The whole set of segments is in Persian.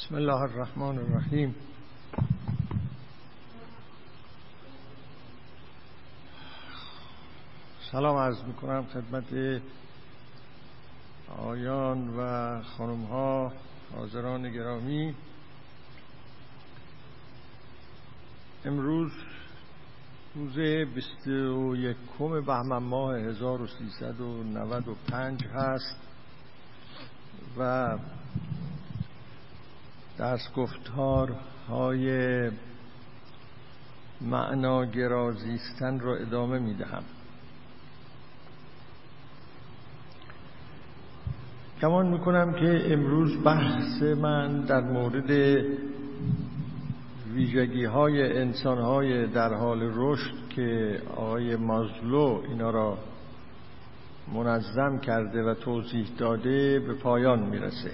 بسم الله الرحمن الرحیم. سلام عرض میکنم خدمت آقایان و خانم ها حاضران گرامی. امروز روز 21 بهمن ماه 1395 هست و درس گفتارهای معناگرا زیستن را ادامه میدهم. گمان میکنم که امروز بحث من در مورد ویژگی های انسان های در حال رشد که آقای مازلو اینا را منظم کرده و توضیح داده به پایان میرسه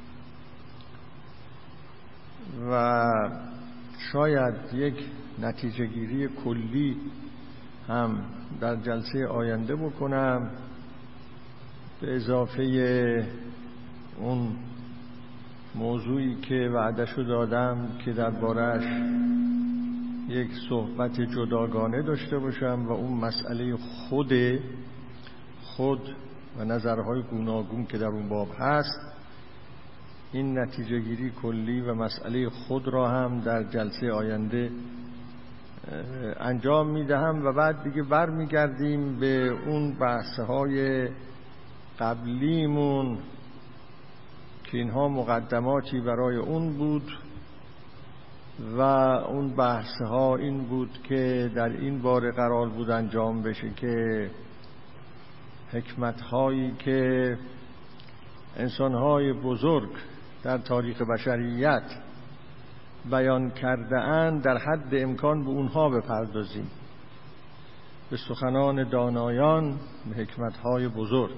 و شاید یک نتیجه گیری کلی هم در جلسه آینده بکنم به اضافه اون موضوعی که وعده‌شو دادم که درباره‌اش یک صحبت جداگانه داشته باشم و اون مسئله خود و نظرهای گوناگون که در اون باب هست. این نتیجه گیری کلی و مسئله خود را هم در جلسه آینده انجام میدهم و بعد دیگه برمیگردیم به اون بحث‌های قبلیمون که اینها مقدماتی برای اون بود و اون بحث‌ها این بود که در این باره قرار بود انجام بشه که حکمت‌هایی که انسان‌های بزرگ در تاریخ بشریت بیان کرده اند در حد امکان به اونها بپردازیم، به سخنان دانایان، به حکمت‌های بزرگ.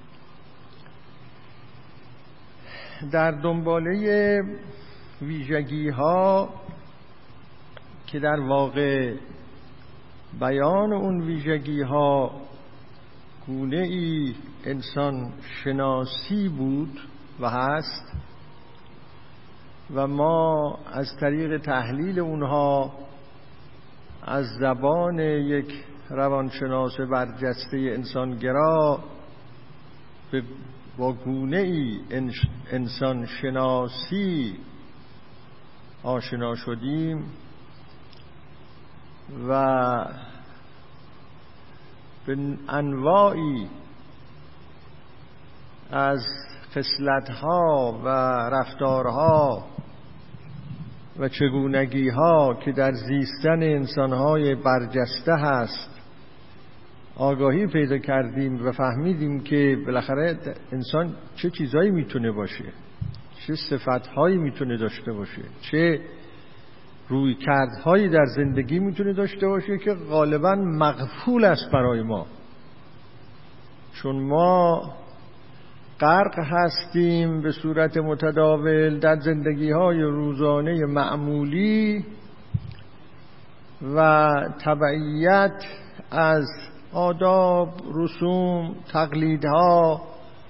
در دنباله ویژگی‌ها که در واقع بیان اون ویژگی‌ها گونه‌ای انسان شناسی بود و هست و ما از طریق تحلیل اونها از زبان یک روانشناس برجسته انسانگرا با گونه‌ای انسان شناسی آشنا شدیم و به انواعی از خصلت‌ها و رفتارها و چگونگی‌ها که در زیستن انسان‌های برجسته هست آگاهی پیدا کردیم و فهمیدیم که بالاخره انسان چه چیزایی میتونه باشه، چه صفت‌هایی میتونه داشته باشه، چه رویکردهایی در زندگی میتونه داشته باشه که غالباً مغفول است برای ما، چون ما غرق هستیم به صورت متداول در زندگی‌های روزانه معمولی و تبعیت از آداب، رسوم، تقلیدها،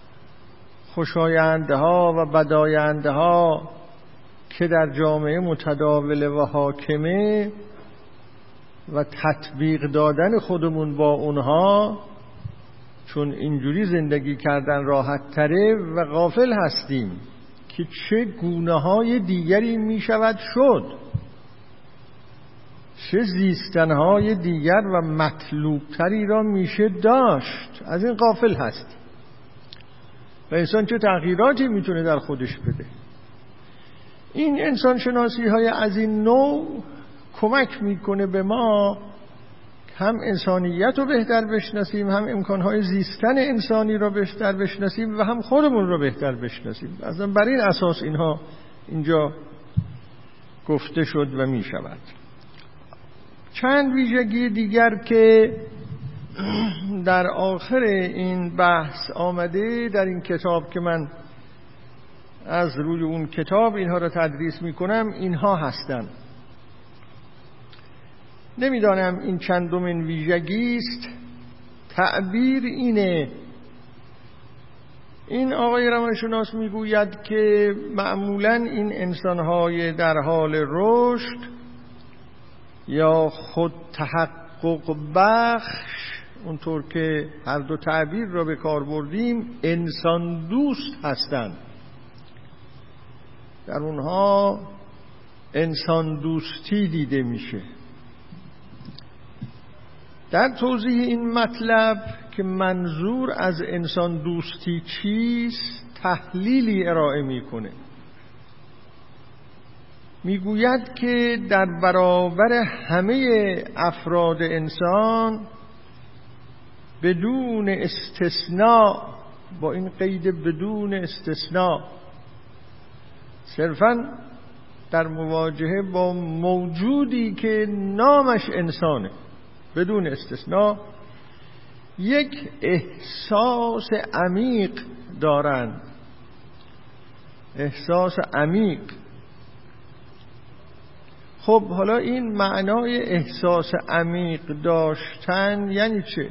خوشایندها و بدایندها که در جامعه متداول و حاکمه و تطبیق دادن خودمون با اونها، چون اینجوری زندگی کردن راحت تره و غافل هستیم که چه گونه‌های دیگری می شود شد، چه زیستن‌های دیگر و مطلوب‌تری را میشه داشت. از این غافل هستیم و انسان چه تغییراتی میتونه در خودش بده. این انسان شناسی های از این نوع کمک میکنه به ما هم انسانیت رو بهتر بشناسیم، هم امکانهای زیستن انسانی رو بهتر بشناسیم و هم خودمون رو بهتر بشناسیم. اصلا بر این اساس اینها اینجا گفته شد و میشود. چند ویژگی دیگر که در آخر این بحث آمده در این کتاب که من از روی اون کتاب اینها را تدریس میکنم اینها هستند. نمیدانم این چندمین ویژگی است. تعبیر اینه این آقای روانشناس میگوید که معمولاً این انسان‌های در حال رشد یا خود تحقق بخش، اونطور که هر دو تعبیر را به کار بردیم، انسان دوست هستند. در اونها انسان دوستی دیده میشه. در توضیح این مطلب که منظور از انسان دوستی چیست، تحلیلی ارائه میکنه. میگوید که در برابر همه افراد انسان بدون استثناء، با این قید بدون استثناء، صرفاً در مواجهه با موجودی که نامش انسانه، بدون استثناء یک احساس عمیق دارند. احساس عمیق. خب حالا این معنای احساس عمیق داشتن یعنی چه؟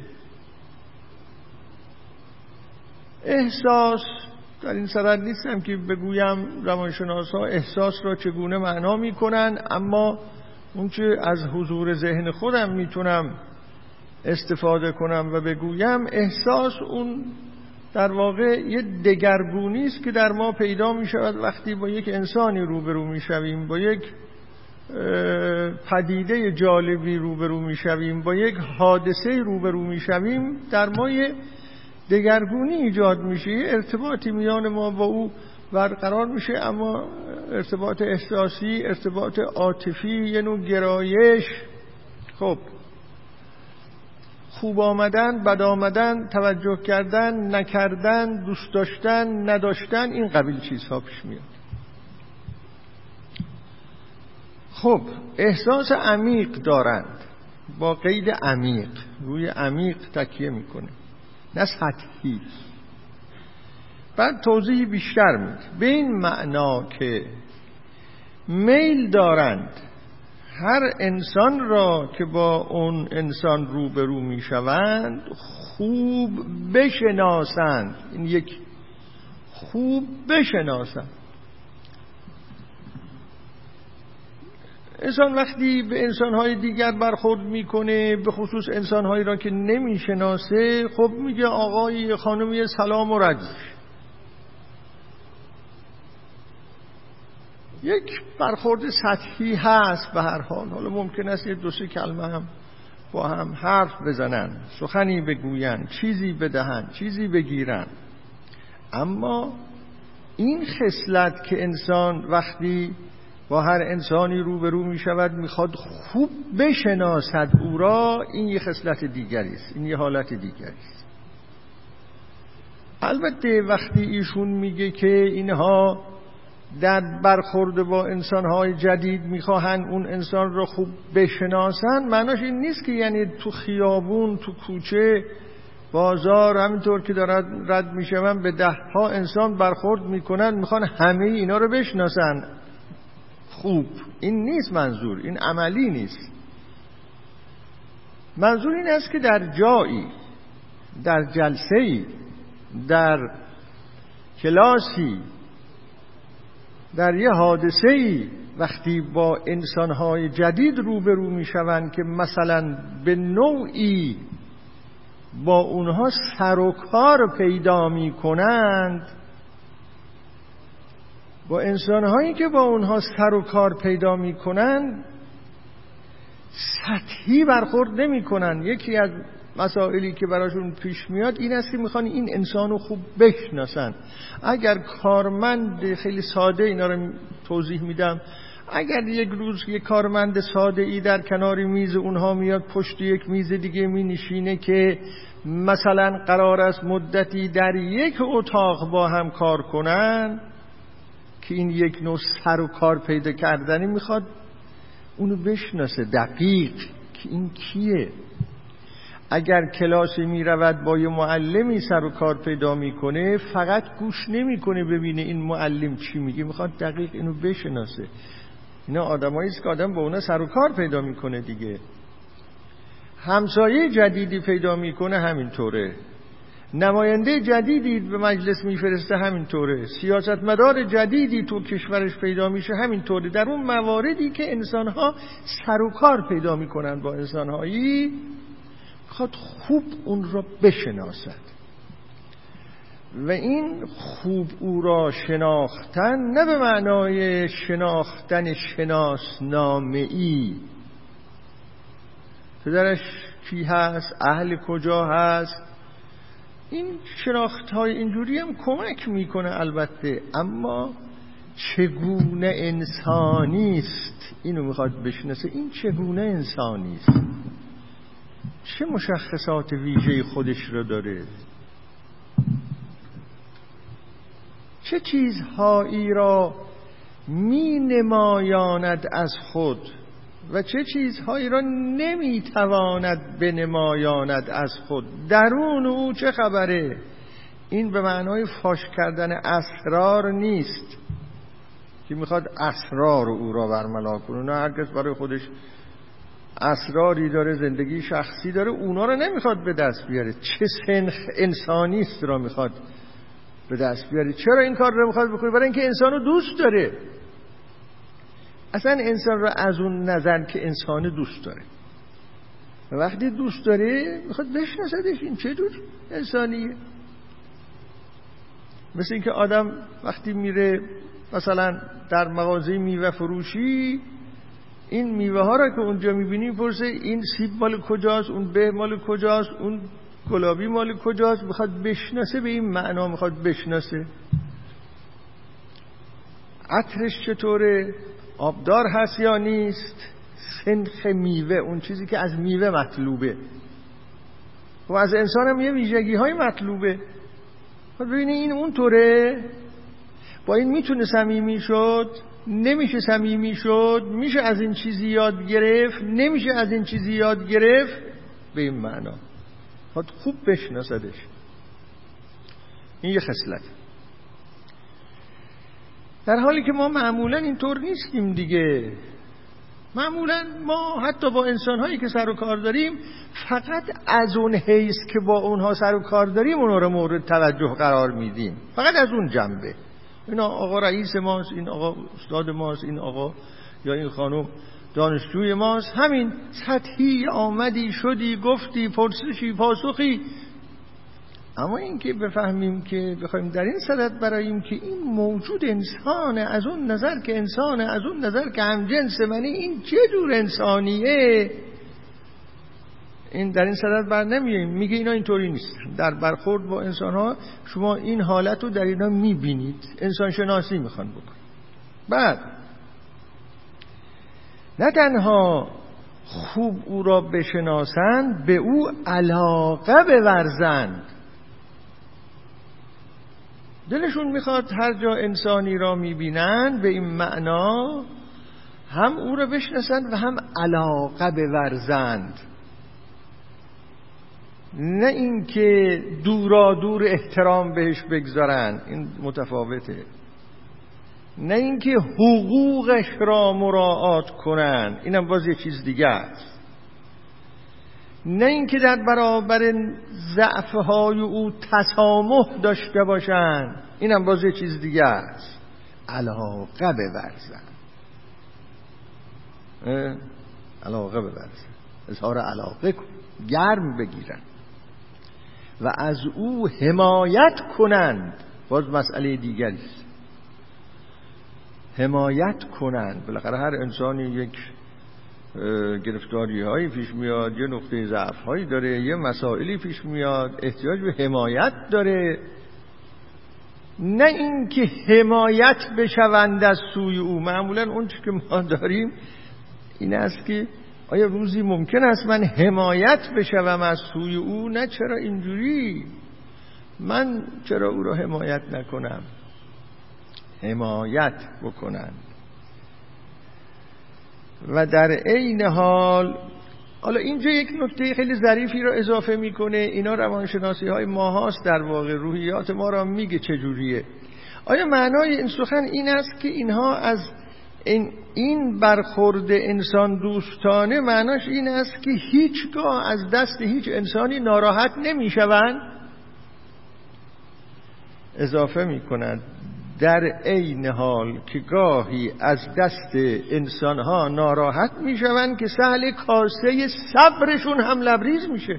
احساس، در این صدد نیستم که بگویم روانشناسا احساس را چگونه معنا میکنن، اما اون چه از حضور ذهن خودم میتونم استفاده کنم و بگویم، احساس اون در واقع یه دگرگونی است که در ما پیدا میشود وقتی با یک انسانی روبرو میشویم، با یک پدیده جالبی روبرو میشویم، با یک حادثه روبرو میشویم، در ما یه دگرگونی ایجاد میشه، یه ارتباطی میان ما با او برقرار میشه، اما ارتباط احساسی، ارتباط عاطفی، یه نوع گرایش. خب خوب آمدن، بد آمدن، توجه کردن، نکردن، دوست داشتن، نداشتن، این قبیل چیزها پیش میاد. خب احساس عمیق دارند، با قید عمیق، روی عمیق تکیه میکنه، نه سطحی. بعد توضیح بیشتر میده به این معنا که میل دارند هر انسان را که با اون انسان روبرو میشوند خوب بشناسند. این یک خوب بشناسند. انسان وقتی به انسان‌های دیگر برخورد میکنه، به خصوص انسان‌هایی را که نمیشناسه، خب میگه آقای خانمی سلام و ردیف. یک برخورد سطحی هست به هر حال. حالا ممکن است یه دو سه کلمه هم با هم حرف بزنن، سخنی بگوین، چیزی بدهن، چیزی بگیرن، اما این خصلت که انسان وقتی با هر انسانی روبرو می شود میخواد خوب بشناسد او را، این یه خصلت دیگری است، این یه حالت دیگری است. البته وقتی ایشون میگه که اینها در برخورد با انسانهای جدید میخواهن اون انسان را خوب بشناسن، معناش این نیست که یعنی تو خیابون، تو کوچه، بازار، همینطور که دارد رد میشون به 10 انسان برخورد میکنن میخوان همه اینا رو بشناسن خوب. این نیست منظور، این عملی نیست. منظور این است که در جایی، در جلسه‌ای، در کلاسی، در یه حادثه‌ای وقتی با انسان‌های جدید روبرو میشوند که مثلا به نوعی با اونها سر و کار پیدا میکنند، با انسان‌هایی که با اونها سر و کار پیدا میکنند سطحی برخورد نمیکنن. یکی از مسائلی که براشون پیش میاد این است که میخوان این انسانو خوب بشناسن. اگر کارمند، خیلی ساده اینا رو توضیح میدم، اگر یک روز یک کارمند ساده ای در کنار میز اونها میاد پشت یک میز دیگه می نشینه که مثلا قرار است مدتی در یک اتاق با هم کار کنن، که این یک نوع سر و کار پیدا کردنی، میخواد اونو بشناسه دقیق که این کیه. اگر کلاسی میرود با یه معلمی سر و کار پیدا میکنه، فقط گوش نمیکنه ببینه این معلم چی میگه، میخواد دقیق اینو بشناسه. اینا آدمایی است که آدم با اونا سر و کار پیدا میکنه دیگه. همسایه جدیدی پیدا میکنه همینطوره. نماینده جدیدی به مجلس میفرسته همینطوره، سیاستمدار جدیدی تو کشورش پیدا میشه همینطوره. در اون مواردی که انسانها سر و کار پیدا میکنن با انسانهایی خود خوب اون را بشناسد و این خوب او را شناختن نه به معنای شناختن شناسنامه‌ای، پدرش کی هست، اهل کجا هست، این شناخت‌های اینجوری هم کمک میکنه البته، اما چگونه انسانی است اینو میخواد بشناسه. این چگونه انسانی است، چه مشخصات ویژه خودش رو داره، چه چیزهایی را می نمایاند از خود و چه چیزهایی را نمی تواند بنمایاند از خود. درون او چه خبره؟ این به معنای فاش کردن اسرار نیست که میخواد اسرار او را برملا کنه، نه، هر کس برای خودش اسراری داره، زندگی شخصی داره، اونا رو نمیخواد به دست بیاره. چه سنخ انسانیست را میخواد به دست بیاره. چرا این کار رو میخواد بکنه؟ برای اینکه انسان رو دوست داره. اصلا انسان رو از اون نظر که انسان دوست داره و وقتی دوست داره میخواد بشناسدش این چه جور انسانیه. مثل اینکه آدم وقتی میره مثلا در مغازه میوه فروشی، این میوه ها را که اونجا میبینی پرسه این سیب مال کجاست، اون به مال کجاست، اون گلابی مال کجاست، میخواد بشناسه، به این معنا میخواد بشناسه. عطرش چطوره، آبدار هست یا نیست، سنخ میوه، اون چیزی که از میوه مطلوبه و از انسان هم یه ویژگی های مطلوبه. ببینی این اون طوره، با این میتونه صمیمی شد، نمیشه صمیمی شد، میشه از این چیزی یاد گرفت، نمیشه از این چیزی یاد گرفت، به این معنا باید خوب بشناسدش. این یه خصلت، در حالی که ما معمولا اینطور نیستیم دیگه. معمولا ما حتی با انسان‌هایی که سر و کار داریم فقط از اون حیث که با اونها سر و کار داریم اونها رو مورد توجه قرار میدیم، فقط از اون جنبه. این آقا رئیس ماست، این آقا استاد ماست، این آقا یا این خانم دانشجوی ماست، همین سطحی آمدی شدی گفتی پرسشی پاسخی. اما این که بفهمیم که بخوایم در این صدد براییم که این موجود انسانه، از اون نظر که انسانه، از اون نظر که همجنسه، منی این چه جور انسانیه، این در این صدد بر نمیاییم. میگه اینا اینطوری نیست. در برخورد با انسان ها شما این حالت رو در اینا میبینید، انسان شناسی میخوان بکن. بعد نه تنها خوب او را بشناسند، به او علاقه بورزند. دلشون میخواد هر جا انسانی را میبینند به این معنا هم او را بشناسند و هم علاقه بورزند، نه اینکه دورا دور احترام بهش بگذارن، این متفاوته، نه اینکه حقوقش را مراعات کنن، اینم باز یه چیز دیگه است، نه اینکه در برابر ضعف‌های او تسامح داشته باشن، اینم باز یه چیز دیگه است. علاقه بورزن، علاقه بورزن، اظهار علاقه کن، گرم بگیرن و از او حمایت کنند. باز مسئله دیگری است، حمایت کنند. بالاخره هر انسانی یک گرفتاری هایی پیش میاد، یه نقطه ضعف هایی داره، یه مسائلی پیش میاد، احتیاج به حمایت داره، نه اینکه حمایت بشوند از سوی او. معمولا اون چی که ما داریم این است که آیا روزی ممکن است من حمایت بشوم از سوی او؟ نه، چرا اینجوری؟ من چرا او را حمایت نکنم؟ حمایت بکنن. و در عین حال حالا اینجا یک نکته خیلی ظریفی را اضافه میکنه. اینا روانشناسی های ما هاست، در واقع روحیات ما را میگه چجوریه. آیا معنای این سخن این است که اینها از این برخورد انسان دوستانه معناش این است که هیچگاه از دست هیچ انسانی ناراحت نمیشوند؟ اضافه می کند در عین حال که گاهی از دست انسانها ناراحت می شوند که سهل کاسه صبرشون هم لبریز میشه.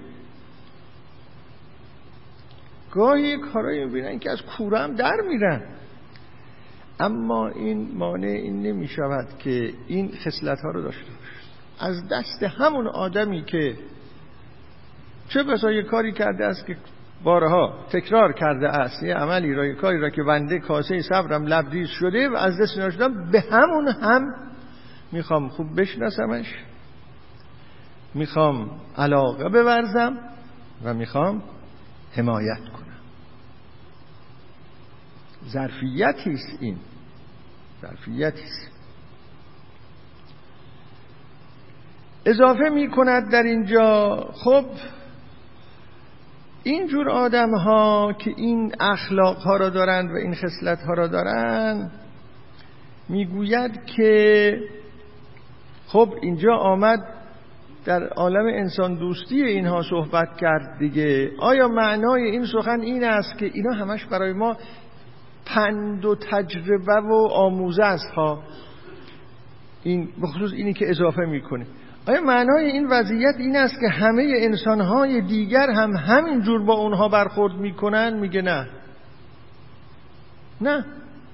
گاهی کارایی می بینن که از کوره هم در میرن، اما این مانع این نمی شود که این خصلت ها رو داشته باشه. از دست همون آدمی که چه بسا یک کاری کرده است که بارها تکرار کرده است، یه عملی را، یک کاری را که بنده کاسه صبرم لبریز شده و از دست نشدم، به همون هم میخوام خوب بشناسمش، میخوام علاقه بورزم و میخوام حمایت کنم. ظرفیتی است، این ظرفیتی است. اضافه می کند در اینجا خب اینجور آدم ها که این اخلاق ها را دارند و این خصلت ها را دارند، میگوید که خب اینجا آمد در عالم انسان دوستی اینها صحبت کرد دیگه. آیا معنای این سخن این است که اینا همش برای ما پند و تجربه و آموزه است ها؟ این بخصوص اینی که اضافه میکنه، آیا معنای این وضعیت این است که همه انسانهای دیگر هم همین جور با اونها برخورد میکنن؟ میگه نه، نه،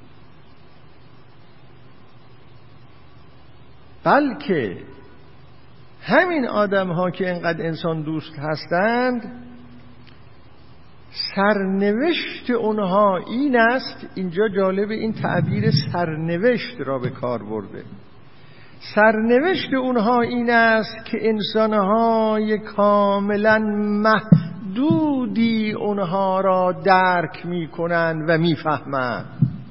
بلکه همین آدمها که اینقدر انسان دوست هستند، سرنوشت اونها این است. اینجا جالب این تعبیر سرنوشت را به کار برده. سرنوشت اونها این است که انسانهای کاملا محدودی اونها را درک میکنن و میفهمن.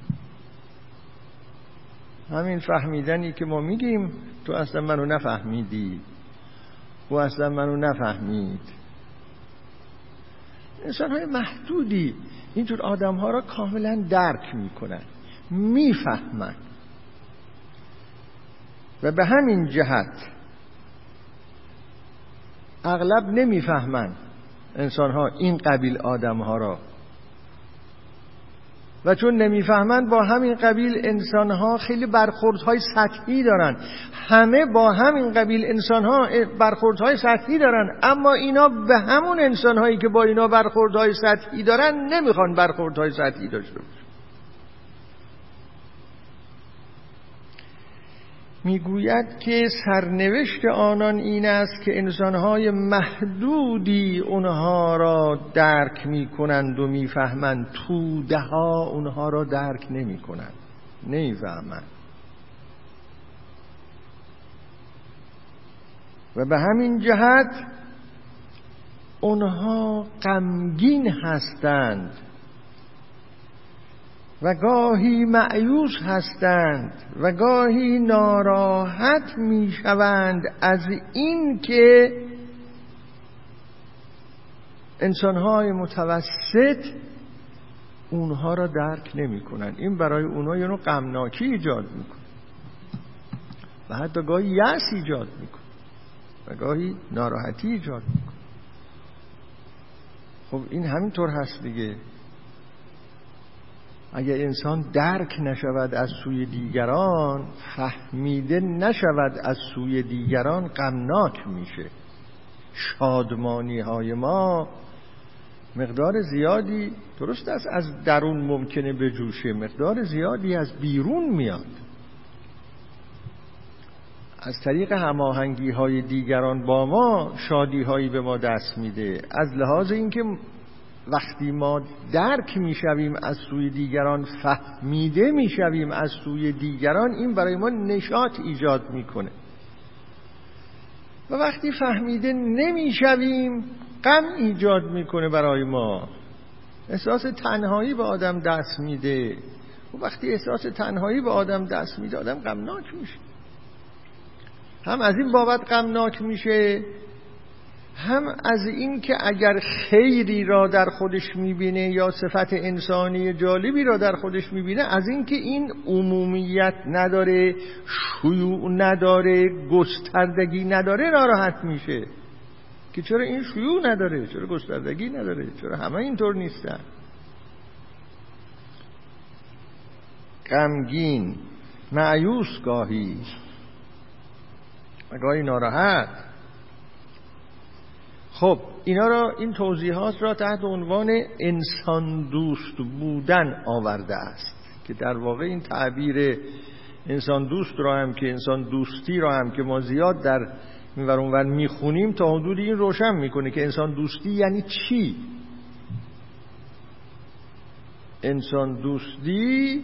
همین فهمیدنی که ما میگیم تو اصلا منو نفهمیدی، او اصلا منو نفهمید. انسانهای محدودی اینجور آدمها را کاملا درک میکنن، میفهمن و به همین جهت اغلب نمیفهمن انسانها این قبیل آدمها را، و چون نمیفهمن با همین قبیل انسانها خیلی برخوردهای سطحی دارن. همه با همین قبیل انسانها برخوردهای سطحی دارن، اما اینا به همون انسانهایی که با اینا برخوردهای سطحی دارن نمیخوان برخوردهای سطحی داشته باشن. میگوید که سرنوشت آنان این است که انسانهای محدودی اونها را درک میکنند و میفهمند، توده ها اونها را درک نمیکنند، نمیفهمند. و به همین جهت اونها غمگین هستند و گاهی مایوس هستند و گاهی ناراحت میشوند از این که انسانهای متوسط اونها را درک نمی کنند. این برای اونها یه نوع غمناکی ایجاد میکنه و حتی گاهی یأس ایجاد میکنه و گاهی ناراحتی ایجاد میکنه. خب این همینطور هست دیگه. اگر انسان درک نشود از سوی دیگران، فهمیده نشود از سوی دیگران، غمناک میشه. شادمانی های ما مقدار زیادی درست است از درون ممکنه بجوشه، مقدار زیادی از بیرون میاد، از طریق هماهنگی های دیگران با ما شادی هایی به ما دست میده. از لحاظ اینکه وقتی ما درک میشویم از سوی دیگران، فهمیده میشویم از سوی دیگران، این برای ما نشاط ایجاد میکنه. و وقتی فهمیده نمیشویم، غم ایجاد میکنه برای ما. احساس تنهایی به آدم دست میده و وقتی احساس تنهایی به آدم دست میده، آدم غمناک میشه. هم از این بابت غمناک میشه، هم از این که اگر خیری را در خودش میبینه یا صفت انسانی جالبی را در خودش میبینه، از این که این عمومیت نداره، شیوع نداره، گستردگی نداره، ناراحت میشه که چرا این شیوع نداره، چرا گستردگی نداره، چرا همه اینطور نیستن. غمگین، مایوس گاهی و گاهی ناراحت. خب این توضیحات را تحت عنوان انسان دوست بودن آورده است که در واقع این تعبیر انسان دوست را هم که انسان دوستی را هم که ما زیاد در این ور اون ور میخونیم تا حدودی این روشن میکنه که انسان دوستی یعنی چی. انسان دوستی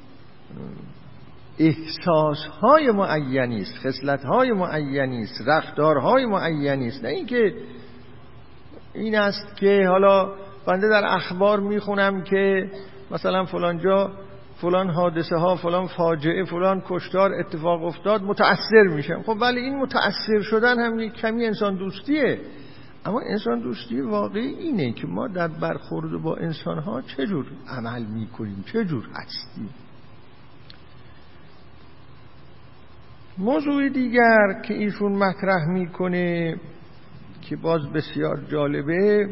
احساسهای معینی است، خصلت‌های معینی است، رفتارهای معینی است. نه اینکه این است که حالا بنده در اخبار میخونم که مثلا فلان جا فلان حادثه ها، فلان فاجعه، فلان کشتار اتفاق افتاد، متأثر میشم. خب ولی این متأثر شدن هم یک کمی انسان دوستیه. اما انسان دوستی واقعی اینه که ما در برخورد با انسان ها چجور عمل میکنیم، چجور هستیم. موضوع دیگر که ایشون مطرح میکنه که باز بسیار جالبه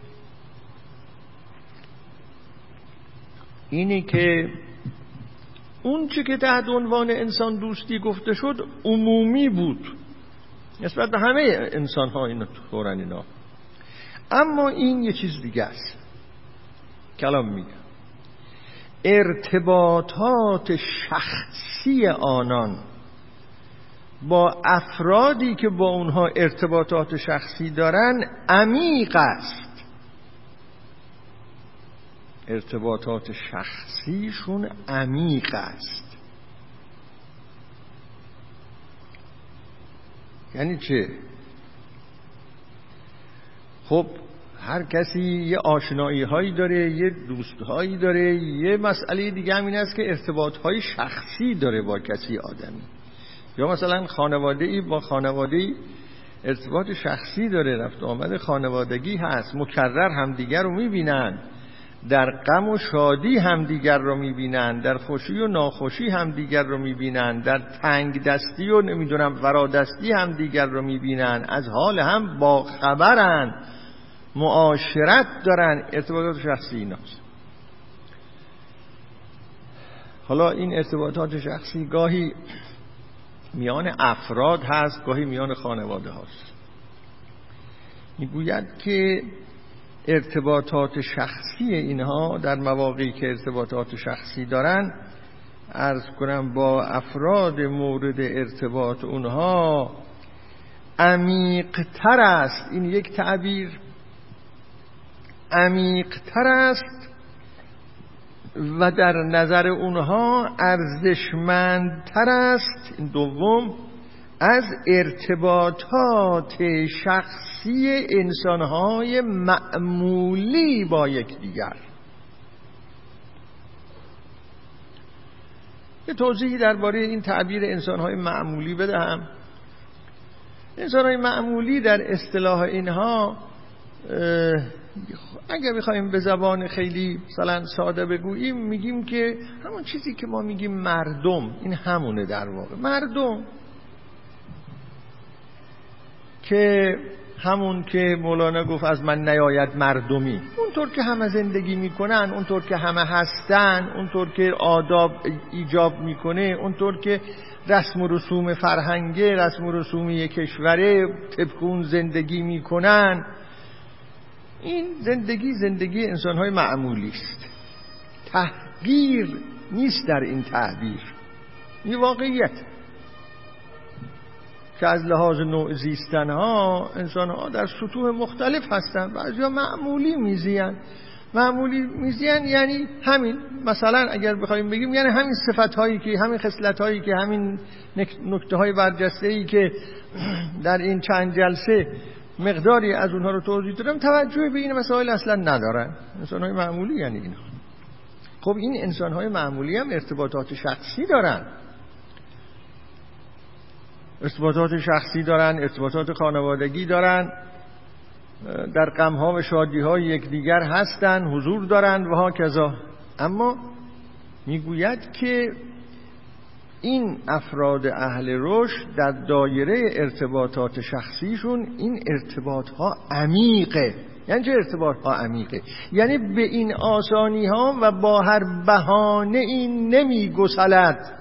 اینه که اون چی که تحت عنوان انسان دوستی گفته شد عمومی بود نسبت به همه انسان ها اینا طورن اینا، اما این یه چیز دیگه است. کلام میگم ارتباطات شخصی آنان با افرادی که با اونها ارتباطات شخصی دارن عمیق است. ارتباطات شخصیشون عمیق است. یعنی چه؟ خب هر کسی یه آشنایی هایی داره، یه دوست هایی داره. یه مسئله دیگه هم این است که ارتباط های شخصی داره با کسی آدمی. یا مثلا خانواده‌ای با خانواده‌ای ارتباط شخصی داره، رفت آمد خانوادگی هست، مکرر همدیگر رو میبینن، در غم و شادی همدیگر رو میبینن، در خوشی و ناخوشی همدیگر رو میبینن، در تنگ دستی و نمیدونم فرادستی همدیگر رو میبینن، از حال هم با خبرن، معاشرت دارن. ارتباطات شخصی ایناست. حالا این ارتباطات شخصی گاهی میان افراد هست، گاهی میان خانواده هست. میگوید که ارتباطات شخصی اینها در مواقعی که ارتباطات شخصی دارن، عرض کنم با افراد مورد ارتباط اونها عمیق‌تر است. این یک تعبیر، عمیق‌تر است و در نظر اونها ارزشمندتر است. این دوم، از ارتباطات شخصی انسانهای معمولی با یکدیگر. یه توضیحی درباره این تعبیر انسانهای معمولی بدهم. انسانهای معمولی در اصطلاح اینها، اگر بخوایم به زبان خیلی مثلا ساده بگوییم، میگیم که همون چیزی که ما میگیم مردم، این همونه در واقع. مردم که همون که مولانا گفت از من نیاید مردمی، اونطور که همه زندگی میکنن، اونطور که همه هستن، اونطور که آداب ایجاب میکنه، اونطور که رسم و رسوم فرهنگه، رسم و رسومی کشوره طبق زندگی میکنن. این زندگی انسان‌های معمولی است. تحقیر نیست در این تعبیر، این واقعیت که از لحاظ نوع زیستن‌ها انسان‌ها در سطوح مختلف هستند. بعضیا معمولی میزین یعنی همین، مثلا اگر بخوایم بگیم یعنی همین صفت‌هایی که، همین خصلت‌هایی که، همین نکته‌های برجسته‌ای که در این چند جلسه مقداری از اونها رو توضیح دادم، توجه به این مسائل اصلا ندارن. انسان‌های معمولی یعنی اینا. خب این انسان‌های معمولی هم ارتباطات شخصی دارن، ارتباطات خانوادگی دارن، در غم‌ها و شادی‌های یکدیگر هستن، حضور دارن و هاکذا. اما میگوید که این افراد اهل رشد در دایره ارتباطات شخصیشون این ارتباطها عمیقه. یعنی چه ارتباط ها عمیقه؟ یعنی به این آسانی ها و با هر بهانه این نمیگسلد.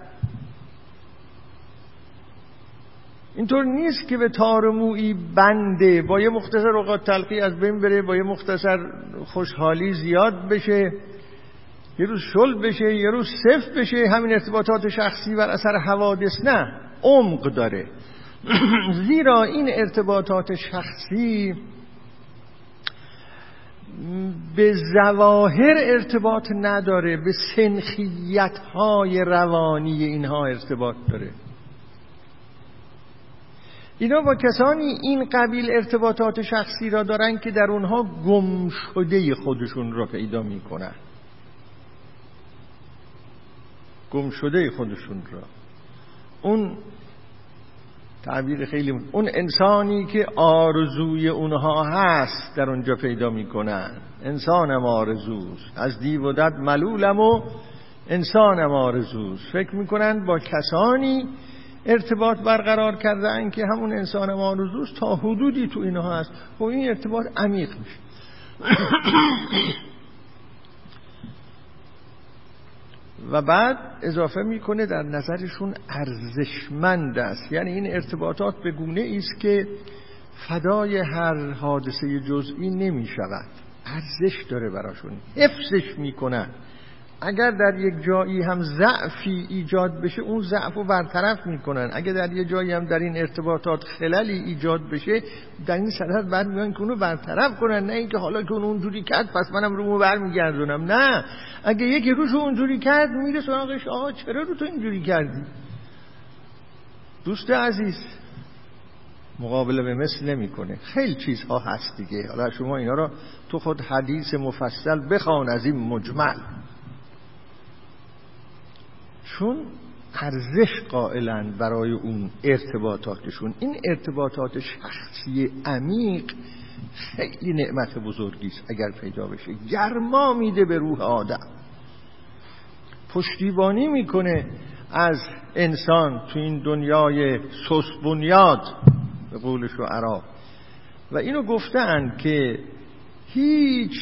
اینطور نیست که به تار مویی بنده، با یه مختصر اوقات تلخی از بین بره، با یه مختصر خوشحالی زیاد بشه، یه روز شل بشه، یه روز صفر بشه. همین ارتباطات شخصی بر اثر حوادث نه، عمق داره. زیرا این ارتباطات شخصی به ظواهر ارتباط نداره، به سنخیت‌های روانی اینها ارتباط داره. اینا با کسانی این قبیل ارتباطات شخصی را دارن که در اونها گم شده خودشون را پیدا میکنن. گم شده خودشون را، اون تعبیر خیلی اون انسانی که آرزوی اونها هست در اونجا پیدا میکنن. انسانم آرزوست، از دیو و دد ملولم و انسانم آرزوست. فکر میکنن با کسانی ارتباط برقرار کردن که همون انسانم آرزوست، تا حدودی تو اینها هست. خب این ارتباط عمیق میشه. و بعد اضافه میکنه در نظرشون ارزشمند است. یعنی این ارتباطات به گونه ایست که فدای هر حادثه جزئی نمیشود، ارزش داره براشون، حفظش میکنن. اگر در یک جایی هم ضعفی ایجاد بشه، اون ضعف رو برطرف میکنن. اگر در یک جایی هم در این ارتباطات خللی ایجاد بشه، در این صدد بعد میان که اونو برطرف کنن، نه اینکه حالا که اون اونجوری کرد پس منم رومو برمیگردونم. نه، اگه یکی روشو اونجوری کرد میره سراغش، آقا چرا رو تو اینجوری کردی؟ دوست عزیز مقابله به مثل نمیکنه. خیلی چیزها هست دیگه، حالا شما اینا رو تو خود حدیث مفصل بخوان از این مجمل، چون ارزش قائلن برای اون ارتباطاتشون. این ارتباطات شخصی عمیق خیلی نعمت بزرگی است. اگر پیدا بشه گرما میده به روح آدم، پشتیبانی میکنه از انسان تو این دنیای سست بنیاد به قول شعرا. و اینو گفتن که هیچ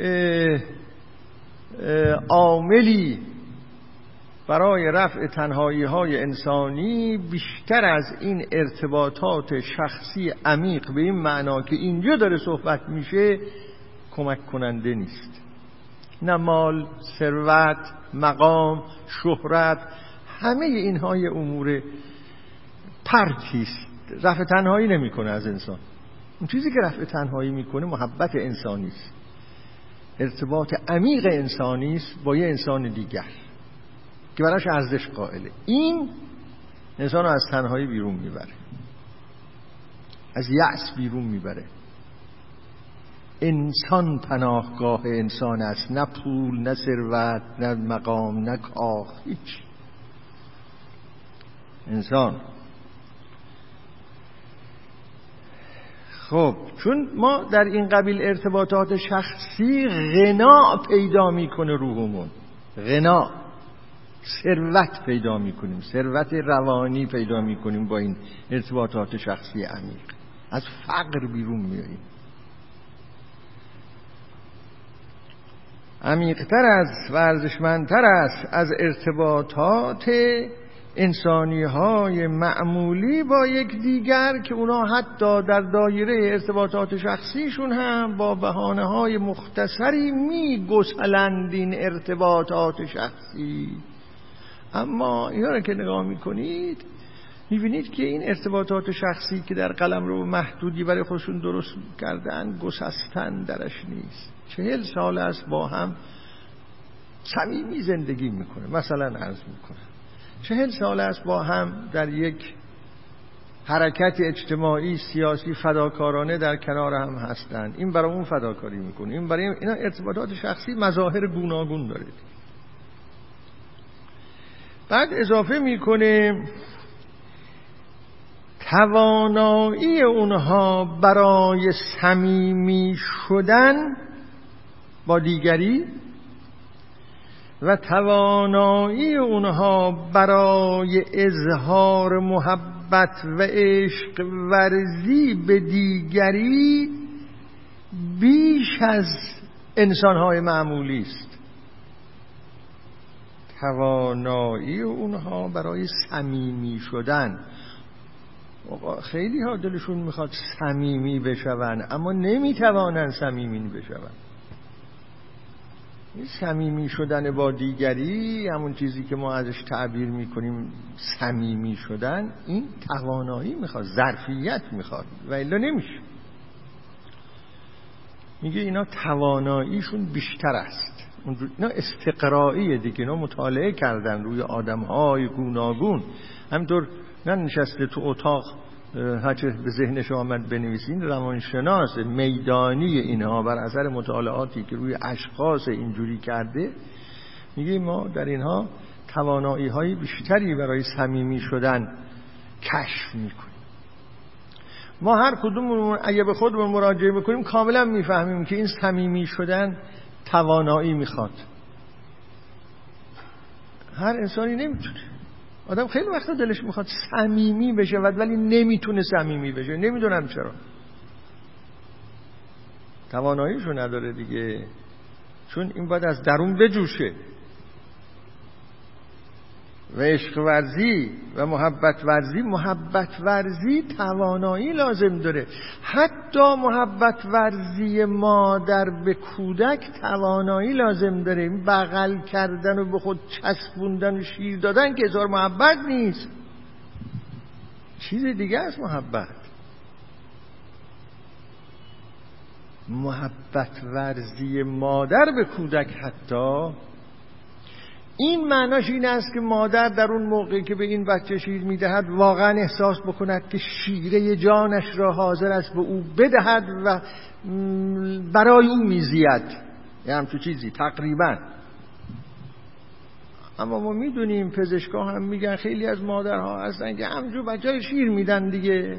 عاملی برای رفع تنهایی های انسانی بیشتر از این ارتباطات شخصی عمیق به این معنا که اینجا داره صحبت میشه کمک کننده نیست. نه مال، ثروت، مقام، شهرت، همه اینها یه امور پرتیست، رفع تنهایی نمیکنه از انسان. اون چیزی که رفع تنهایی میکنه محبت انسانی است، ارتباط عمیق انسانی است با یه انسان دیگر که براش ارزش قائله. این انسان رو از تنهایی بیرون میبره، از یأس بیرون میبره. انسان پناهگاه انسان است، نه پول، نه ثروت، نه مقام، نه کاخ، هیچ. انسان. خب چون ما در این قبیل ارتباطات شخصی غنا پیدا میکنه روحمون، غنا، ثروت پیدا میکنیم، ثروت روانی پیدا میکنیم با این ارتباطات شخصی عمیق، از فقر بیرون میاییم. عمیق‌تر از و ارزشمندتر است از ارتباطات انسانی های معمولی با یک دیگر که اونا حتی در دایره ارتباطات شخصیشون هم با بهانه های مختصری میگسلند این ارتباطات شخصی. اما اینا رو که نگاه میکنید میبینید که این ارتباطات شخصی که در قلمرو محدودی برای خودشون درست کردن گسستن درش نیست. 40 سال است با هم صمیمی زندگی میکنه. مثلا عرض میکنه 40 سال است با هم در یک حرکت اجتماعی سیاسی فداکارانه در کنار هم هستند. این برای اون فداکاری میکنه، این برای اینا ارتباطات شخصی مظاهر گوناگون داره. بعد اضافه میکنه توانایی اونها برای صمیمی شدن با دیگری و توانایی اونها برای اظهار محبت و عشق ورزی به دیگری بیش از انسان‌های معمولی است. توانایی اونها برای صمیمی شدن. خیلی ها دلشون میخواد صمیمی بشون اما نمیتوانن صمیمی بشون. این صمیمی شدن با دیگری، همون چیزی که ما ازش تعبیر میکنیم صمیمی شدن، این توانایی میخواد، ظرفیت میخواد و الا نمیشه. میگه اینا تواناییشون بیشتر است. اینا استقرائیه دیگه، اینا مطالعه کردن روی آدم‌های گوناگون. همینطور نه نشسته تو اتاق هرچه به ذهنش آمد بنویسین. روانشناس میدانی اینها بر اثر مطالعاتی که روی اشخاص اینجوری کرده میگه ما در اینها توانایی‌های بیشتری برای صمیمی شدن کشف میکنیم. ما هر کدوممون اگه به خودمون مراجعه بکنیم کاملا میفهمیم که این صمیمی شدن توانایی میخواد. هر انسانی نمیتونه. آدم خیلی وقتا دلش میخواد صمیمی بشه ولی نمیتونه صمیمی بشه. نمیدونم چرا. تواناییشو نداره دیگه. چون این باید از درون بجوشه. و عشق ورزی و محبت ورزی توانایی لازم داره. حتی محبت ورزی مادر به کودک توانایی لازم داره. این بغل کردن و به خود چسبوندن و شیر دادن که هزار محبت نیست، چیز دیگه است. محبت ورزی مادر به کودک حتی این معناش این است که مادر در اون موقعی که به این بچه شیر میدهد واقعا احساس بکند که شیره جانش را حاضر است به او بدهد و برای او میزید. یه همچون چیزی تقریبا. اما ما میدونیم پزشکا هم میگن خیلی از مادرها هستن که همجور بچه شیر میدن دیگه.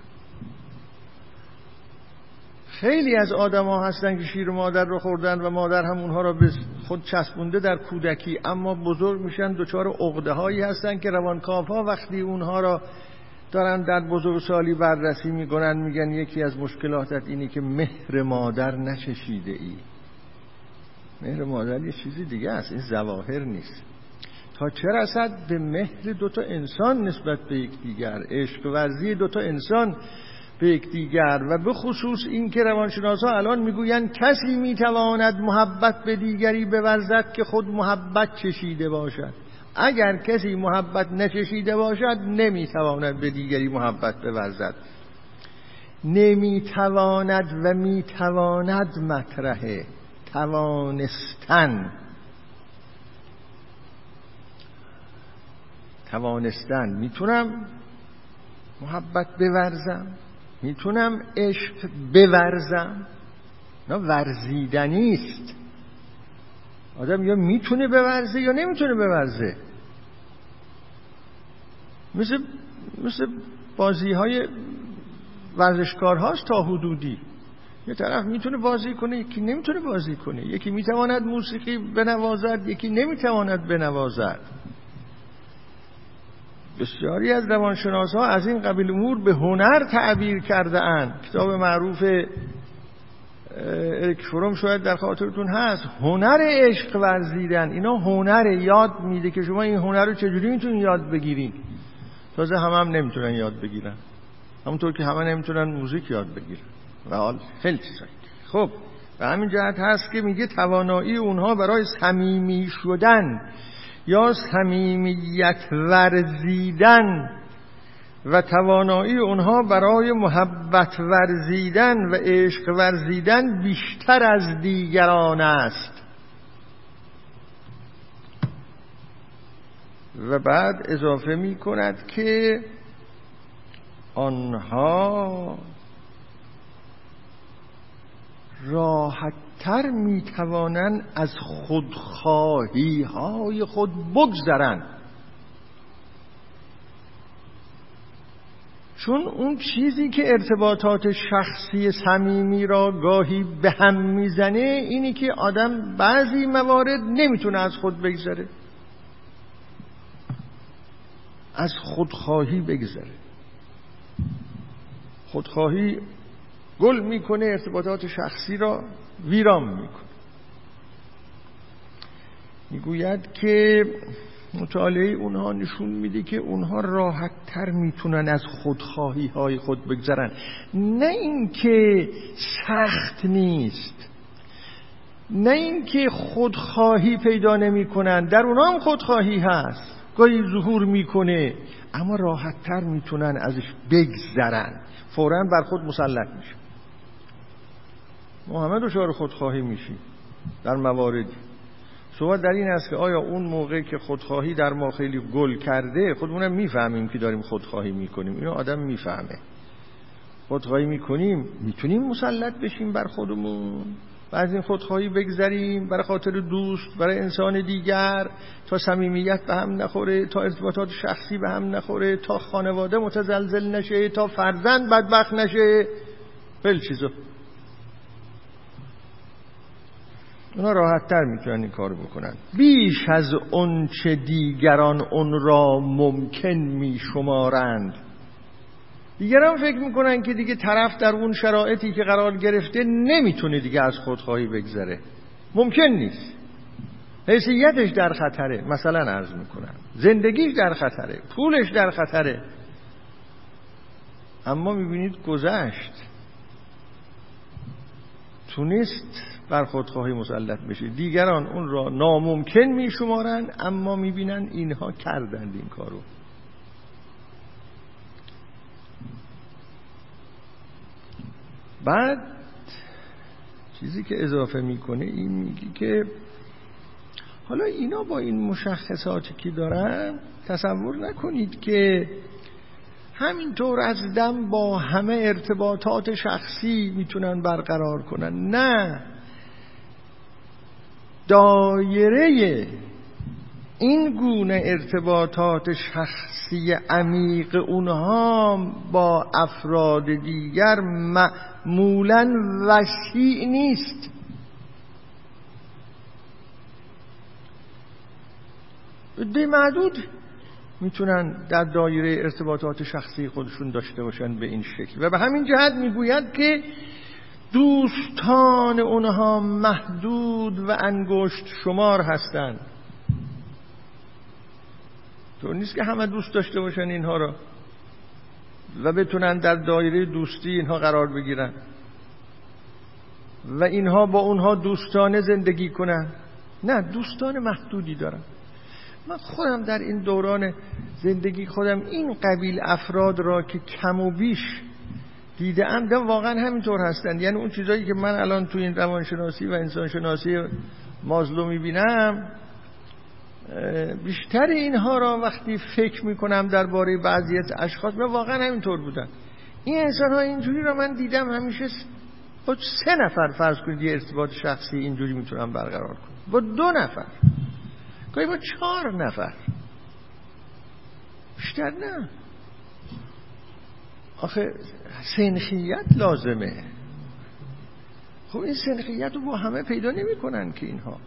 خیلی از آدم ها هستن که شیر مادر رو خوردن و مادر هم اونها رو به خود چسبونده در کودکی، اما بزرگ میشن دچار عقده هایی هستن که روانکاو ها وقتی اونها را دارن در بزرگسالی بررسی میکنن میگن یکی از مشکلاتت اینی که مهر مادر نچشیده ای. مهر مادر یه چیزی دیگه است، این ظواهر نیست. تا چه رسد به مهر دوتا انسان نسبت به یکدیگر، عشق ورزی دوتا انسان به یکدیگر، و به خصوص این که روانشناسا الان میگویند کسی میتواند محبت به دیگری بورزد که خود محبت چشیده باشد. اگر کسی محبت نچشیده باشد نمیتواند به دیگری محبت بورزد. نمیتواند و میتواند مطرحه. توانستن میتونم محبت بورزم، میتونم عشق بورزم. نه ورزیدنی است. آدم یا میتونه بورزه یا نمیتونه بورزه. مثل بازی های ورزشکار هاست تا حدودی. یه طرف میتونه بازی کنه، یکی نمیتونه بازی کنه. یکی میتواند موسیقی بنوازد، یکی نمیتواند بنوازد. بسیاری از روانشناسا از این قبیل امور به هنر تعبیر کرده اند. کتاب معروف اریک فروم شاید در خاطرتون هست، هنر عشق ورزیدن. اینا هنر یاد میده که شما این هنر رو چجوری میتونین یاد بگیرین. تازه هم نمیتونن یاد بگیرن، همونطور که همه نمیتونن موزیک یاد بگیرن و حال خیلی چیزایی. خب به همین جهت هست که میگه توانایی اونها برای صمیمی شدن یا صمیمیت ورزیدن و توانایی اونها برای محبت ورزیدن و عشق ورزیدن بیشتر از دیگران است. و بعد اضافه می کند که آنها راحت‌تر می‌توانند از خودخواهی‌های خود بگذرند، چون اون چیزی که ارتباطات شخصی صمیمی را گاهی به هم میزنه اینی که آدم بعضی موارد نمیتونه از خود بگذره، از خودخواهی بگذره. خودخواهی گل میکنه، ارتباطات شخصی را ویران میکنه. میگوید که مطالعه اونها نشون میده که اونها راحت تر میتونن از خودخواهی های خود بگذرن. نه اینکه سخت نیست، نه اینکه خودخواهی پیدا نمی کنن، در اونها هم خودخواهی هست، گاهی ظهور میکنه، اما راحت تر میتونن ازش بگذرن، فوراً بر خود مسلط میشه. محمد دچار خودخواهی میشی در مواردی. سوال در این است که آیا اون موقع که خودخواهی در ما خیلی گل کرده، خودمونم میفهمیم که داریم خودخواهی میکنیم، اینو آدم میفهمه، خودخواهی میکنیم، میتونیم مسلط بشیم بر خودمون و از این خودخواهی بگذریم برای خاطر دوست، برای انسان دیگر، تا صمیمیت به هم نخوره، تا ارتباطات شخصی به هم نخوره، تا خانواده متزلزل نشه، تا فرزند بدبخت نشه، خیلی چیزا. اونا راحت تر میتونن این کارو بکنن. بیش از اون چه دیگران اون را ممکن میشمارند. دیگران فکر میکنن که دیگه طرف در اون شرایطی که قرار گرفته نمیتونه دیگه از خودخواهی بگذره، ممکن نیست، حیثیتش در خطره، مثلا عرض میکنن زندگیش در خطره، پولش در خطره، اما میبینید گذشت، تونست بر خودخواهی مسلط بشه. دیگران اون را ناممکن میشمارن، اما میبینن اینها کردند این کارو. بعد چیزی که اضافه میکنه این میگه که حالا اینا با این مشخصاتی که دارن، تصور نکنید که همینطور از دم با همه ارتباطات شخصی میتونن برقرار کنن. نه، دایره این گونه ارتباطات شخصی عمیق اونها با افراد دیگر معمولاً وسیع نیست. عده معدود میتونن در دایره ارتباطات شخصی خودشون داشته باشن به این شکل، و به همین جهت میگوید که دوستان اونها محدود و انگشت شمار هستند. طور نیست که همه دوست داشته باشن اینها را و بتونن در دایره دوستی اینها قرار بگیرن و اینها با اونها دوستانه زندگی کنن. نه، دوستان محدودی دارن. من خودم در این دوران زندگی خودم این قبیل افراد را که کم و بیش دیدم، واقعا همینطور هستند. یعنی اون چیزایی که من الان تو این روانشناسی و انسانشناسی مازلو میبینم، بیشتر اینها را وقتی فکر میکنم درباره بعضی از اشخاص، من واقعا همینطور بودن. این انسان ها اینجوری را من دیدم همیشه با 3 نفر فرض کنید یه ارتباط شخصی اینجوری میتونم برقرار کنم، با 2 نفر، گاهی با 4 نفر، بیشتر نه. آخه سنخیت لازمه. خب این سنخیت رو با همه پیدا نمی کنن که اینها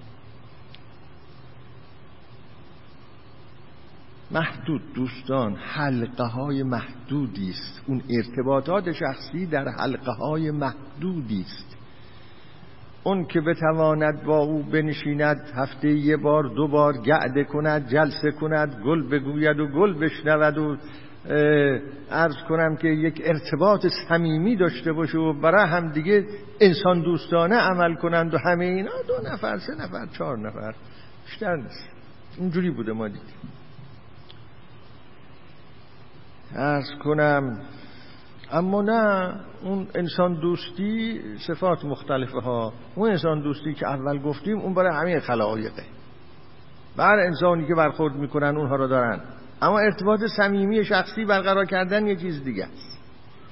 محدود. دوستان حلقه های محدودی است، اون ارتباطات شخصی در حلقه های محدودی است. اون که بتواند با او بنشیند، هفته 1 بار 2 بار گعده کند، جلسه کند، گل بگوید و گل بشنود و عرض کنم که یک ارتباط صمیمی داشته باشه و برای هم دیگه انسان دوستانه عمل کنند و همه اینا، 2 نفر 3 نفر 4 نفر، بیشتر نیست. اینجوری بوده ما دیدیم. عرض کنم اما نه، اون انسان دوستی صفات مختلفه ها. اون انسان دوستی که اول گفتیم اون برای همه خلایقه، برای انسانی که برخورد میکنن اونها را دارن، اما ارتباط صمیمی شخصی برقرار کردن یه چیز دیگه است.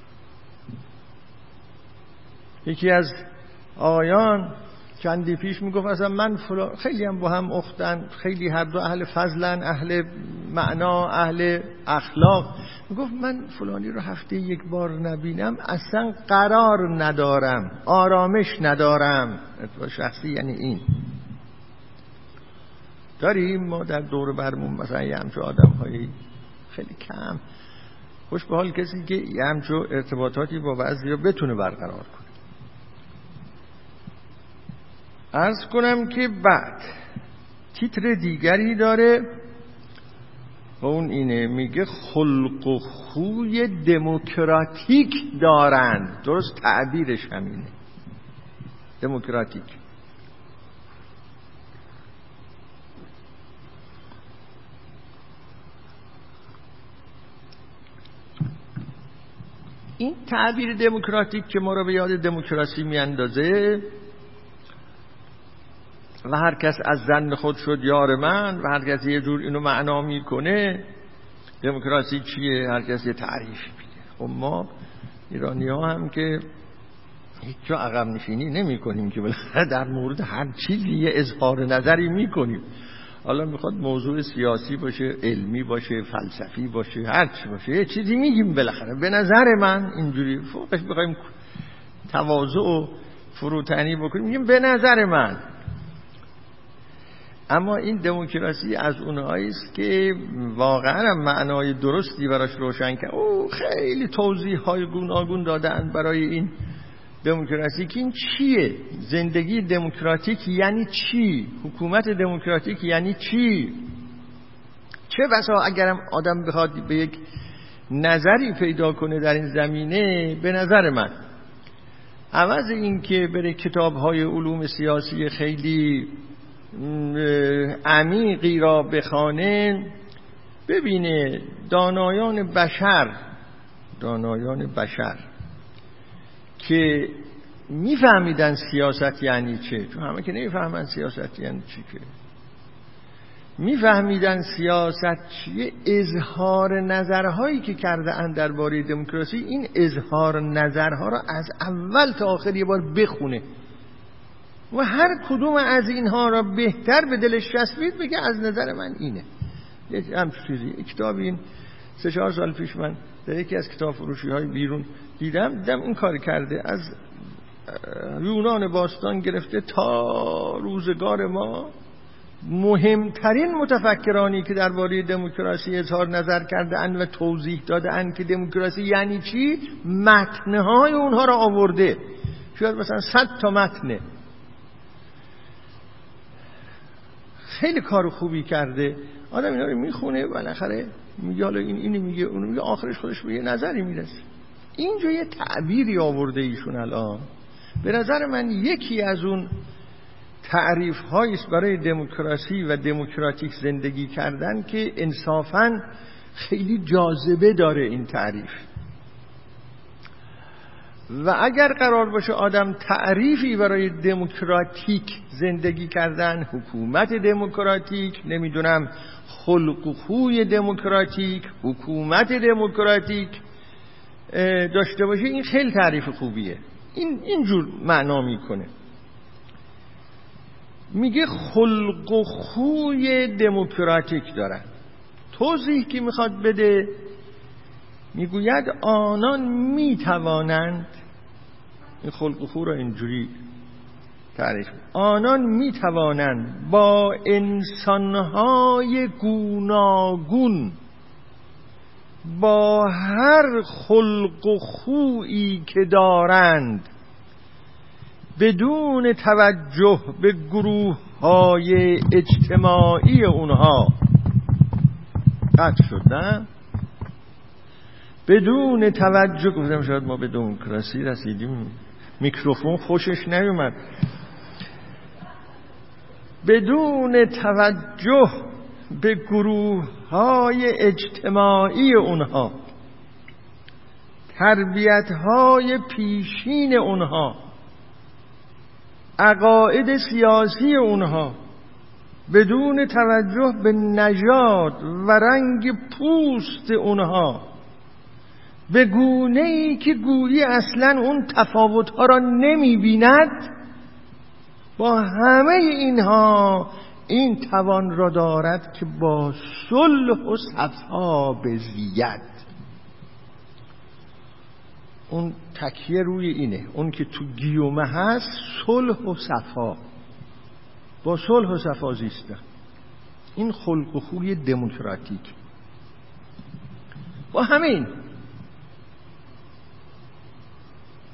یکی از آقایان چندی پیش میگفت اصلا من خیلی هم با هم اختن، خیلی هر دو اهل فضلن، اهل معنا، اهل اخلاق. میگفت من فلانی رو هفته 1 بار نبینم اصلا قرار ندارم، آرامش ندارم. ارتباط شخصی یعنی این. داریم ما در دور برمون مثلا یه همچه آدم های خیلی کم خوش به حال کسی که یه همچون ارتباطاتی با بعضیا بتونه برقرار کنه. عرض کنم که بعد تیتر دیگری داره و اون اینه، میگه خلق و خوی دموکراتیک دارند. درست تعبیرش همینه، دموکراتیک. این تعبیر دموکراتیک که ما رو به یاد دموکراسی میاندازه و هر کس از زن خود شد یار من و هر کس یه جور اینو معنا میکنه. دموکراسی چیه؟ هر کس یه تعریف میده. خب ما ایرانی ها هم که هیچ جا عقب نشینی نمی کنیم که بالاخره در مورد هر چیزی یه اظهار نظری میکنیم. حالا میخواد موضوع سیاسی باشه، علمی باشه، فلسفی باشه، هر چی باشه یه چیزی میگیم بالاخره. به نظر من اینجوری فوقش بخوایم تواضع و فروتنی بکنیم میگیم به نظر من. اما این دموکراسی از اونهایی است که واقعا معنای درستی براش روشن کرد. او خیلی توضیح‌های گوناگون دادن برای این دموکراسی که این چیه، زندگی دموکراتیک یعنی چی، حکومت دموکراتیک یعنی چی. چه بسا اگرم آدم بخواد به یک نظری پیدا کنه در این زمینه، به نظر من عوض این که بره کتاب‌های علوم سیاسی خیلی عمیقی را بخونه، ببینه دانایان بشر که میفهمیدن سیاست یعنی چه، چون همه که نمیفهمن سیاست یعنی چی، که میفهمیدن سیاست چیه، اظهار نظرهایی که کرده اند درباره دموکراسی، این اظهار نظرها را از اول تا آخر یه بار بخونه و هر کدوم از اینها را بهتر به دلش چسبید بگه از نظر من اینه. همچون چیزی کتاب این 3-4 سال پیش من در یکی از کتاب فروشی های بیرون دیدم این کار کرده. از یونان باستان گرفته تا روزگار ما مهمترین متفکرانی که درباره دموکراسی اظهار نظر کرده اند و توضیح داده اند که دموکراسی یعنی چی، متنهای اونها را آورده. شاید مثلا 100 تا متنه. خیلی کار خوبی کرده. آدم اینا رو میخونه بالاخره میگه حالا اینی میگه اونو میگه، آخرش خودش به یه نظری میرسه. اینجا یه تعبیری آورده ایشون الان. به نظر من یکی از اون تعریف هاییست برای دموکراسی و دموکراتیک زندگی کردن که انصافاً خیلی جاذبه داره این تعریف. و اگر قرار باشه آدم تعریفی برای دموکراتیک زندگی کردن، حکومت دموکراتیک، نمیدونم خلق و خوی دموکراتیک، حکومت دموکراتیک داشته باشه، این خیلی تعریف خوبیه. اینجور معنا میکنه. میگه خلق و خوی دموکراتیک دارن. توضیح که میخواد بده میگوید آنان میتوانند، این خلق و خو را اینجوری تعریف، آنان میتوانند با انسانهای گوناگون با هر خلق و خویی که دارند بدون توجه به گروه‌های اجتماعی اونها، قطع شد نه؟ بدون توجه، گفتم شاید ما به دموکراسی رسیدیم، میکروفون خوشش نیومد. بدون توجه به گروه‌های اجتماعی اونها، تربیت‌های پیشین اونها، عقاید سیاسی اونها، بدون توجه به نژاد و رنگ پوست اونها، به گونه‌ای که گویی اصلاً اون تفاوت‌ها را نمی‌بیند، با همه اینها این توان را دارد که با صلح و صفا بزید. اون تکیه روی اینه، اون که تو گیومه هست، صلح و صفا، با صلح و صفا زیستن. این خلق و خوی دموکراتیک. با همین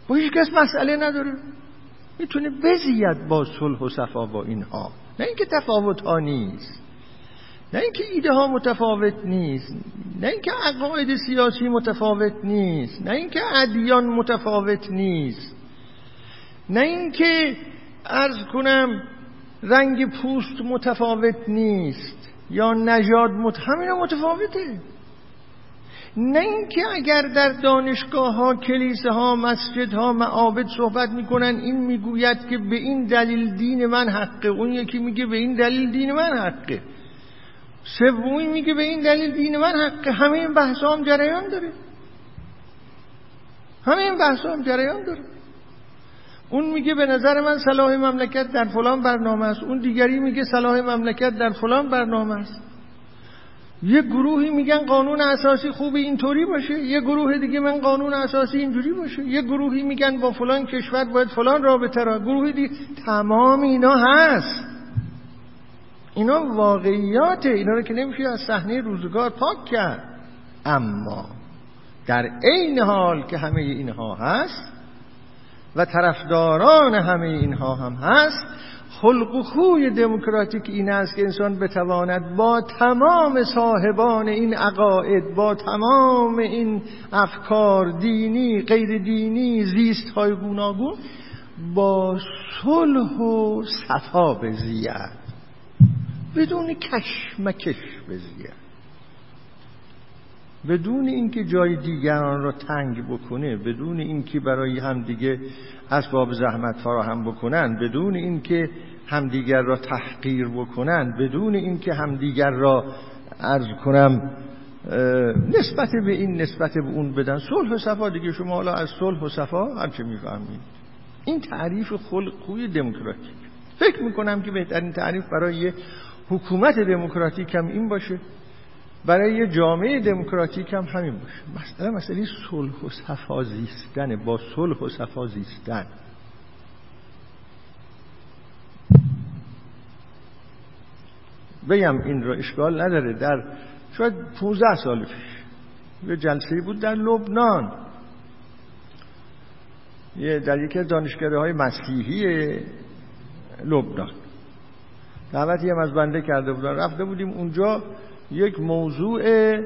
با هیچ کس مسئله نداره، میتونه بزید با صلح و صفا با اینها. نه اینکه تفاوت ها نیست، نه اینکه ایده ها متفاوت نیست، نه اینکه عقاید سیاسی متفاوت نیست، نه اینکه ادیان متفاوت نیست، نه اینکه عرض کنم رنگ پوست متفاوت نیست یا نژاد همینا متفاوته. نه اینکه اگر در دانشگاه ها، کلیسه ها، مسجد ها، معابد صحبت میکنن این میگوید که به این دلیل دین من حقه، اون یکی میگه به این دلیل دین من حقه، سومی میگه به این دلیل دین من حقه. همه این بحثا هم جریان داره، همه این بحثا هم جریان داره. اون میگه به نظر من صلاح مملکت در فلان برنامه است، اون دیگری میگه صلاح مملکت در فلان برنامه است. یه گروهی میگن قانون اساسی خوبه اینطوری باشه، یه گروه دیگه من قانون اساسی اینجوری باشه، یه گروهی میگن با فلان کشور باید فلان رابطه را، گروهی دیگه. تمام اینا هست، اینا واقعیاته، اینا رو که نمیشه از صحنه روزگار پاک کرد. اما در عین حال که همه اینها هست و طرفداران همه اینها هم هست، خلق و خوی دموکراتیک این است که انسان بتواند با تمام صاحبان این عقاید، با تمام این افکار دینی، غیر دینی، زیست های گوناگون با صلح و صفا بزید، بدون کشمکش بزید، بدون اینکه جای دیگران را تنگ بکنه، بدون اینکه برای همدیگه اسباب زحمت فراهم بکنن، بدون اینکه همدیگر را تحقیر بکنن، بدون اینکه همدیگر را عرض کنم نسبت به این نسبت به اون بدن. صلح و صفا دیگه، شما حالا از صلح و صفا هر چه میفهمید. این تعریف خلق خوی دموکراتیک. فکر میکنم که بهترین تعریف برای حکومت دموکراتیک هم این باشه، برای یه جامعه دموکراتیک هم همین باشه. مسئله صلح و صفا زیستن، با صلح و صفا زیستن. بگم این رو اشکال نداره، در شاید 15 سال پیش یه جلسه‌ای بود در لبنان، در یکی از دانشگاه‌های مسیحی لبنان دعوتی هم از بنده کرده بودن، رفته بودیم اونجا. یک موضوع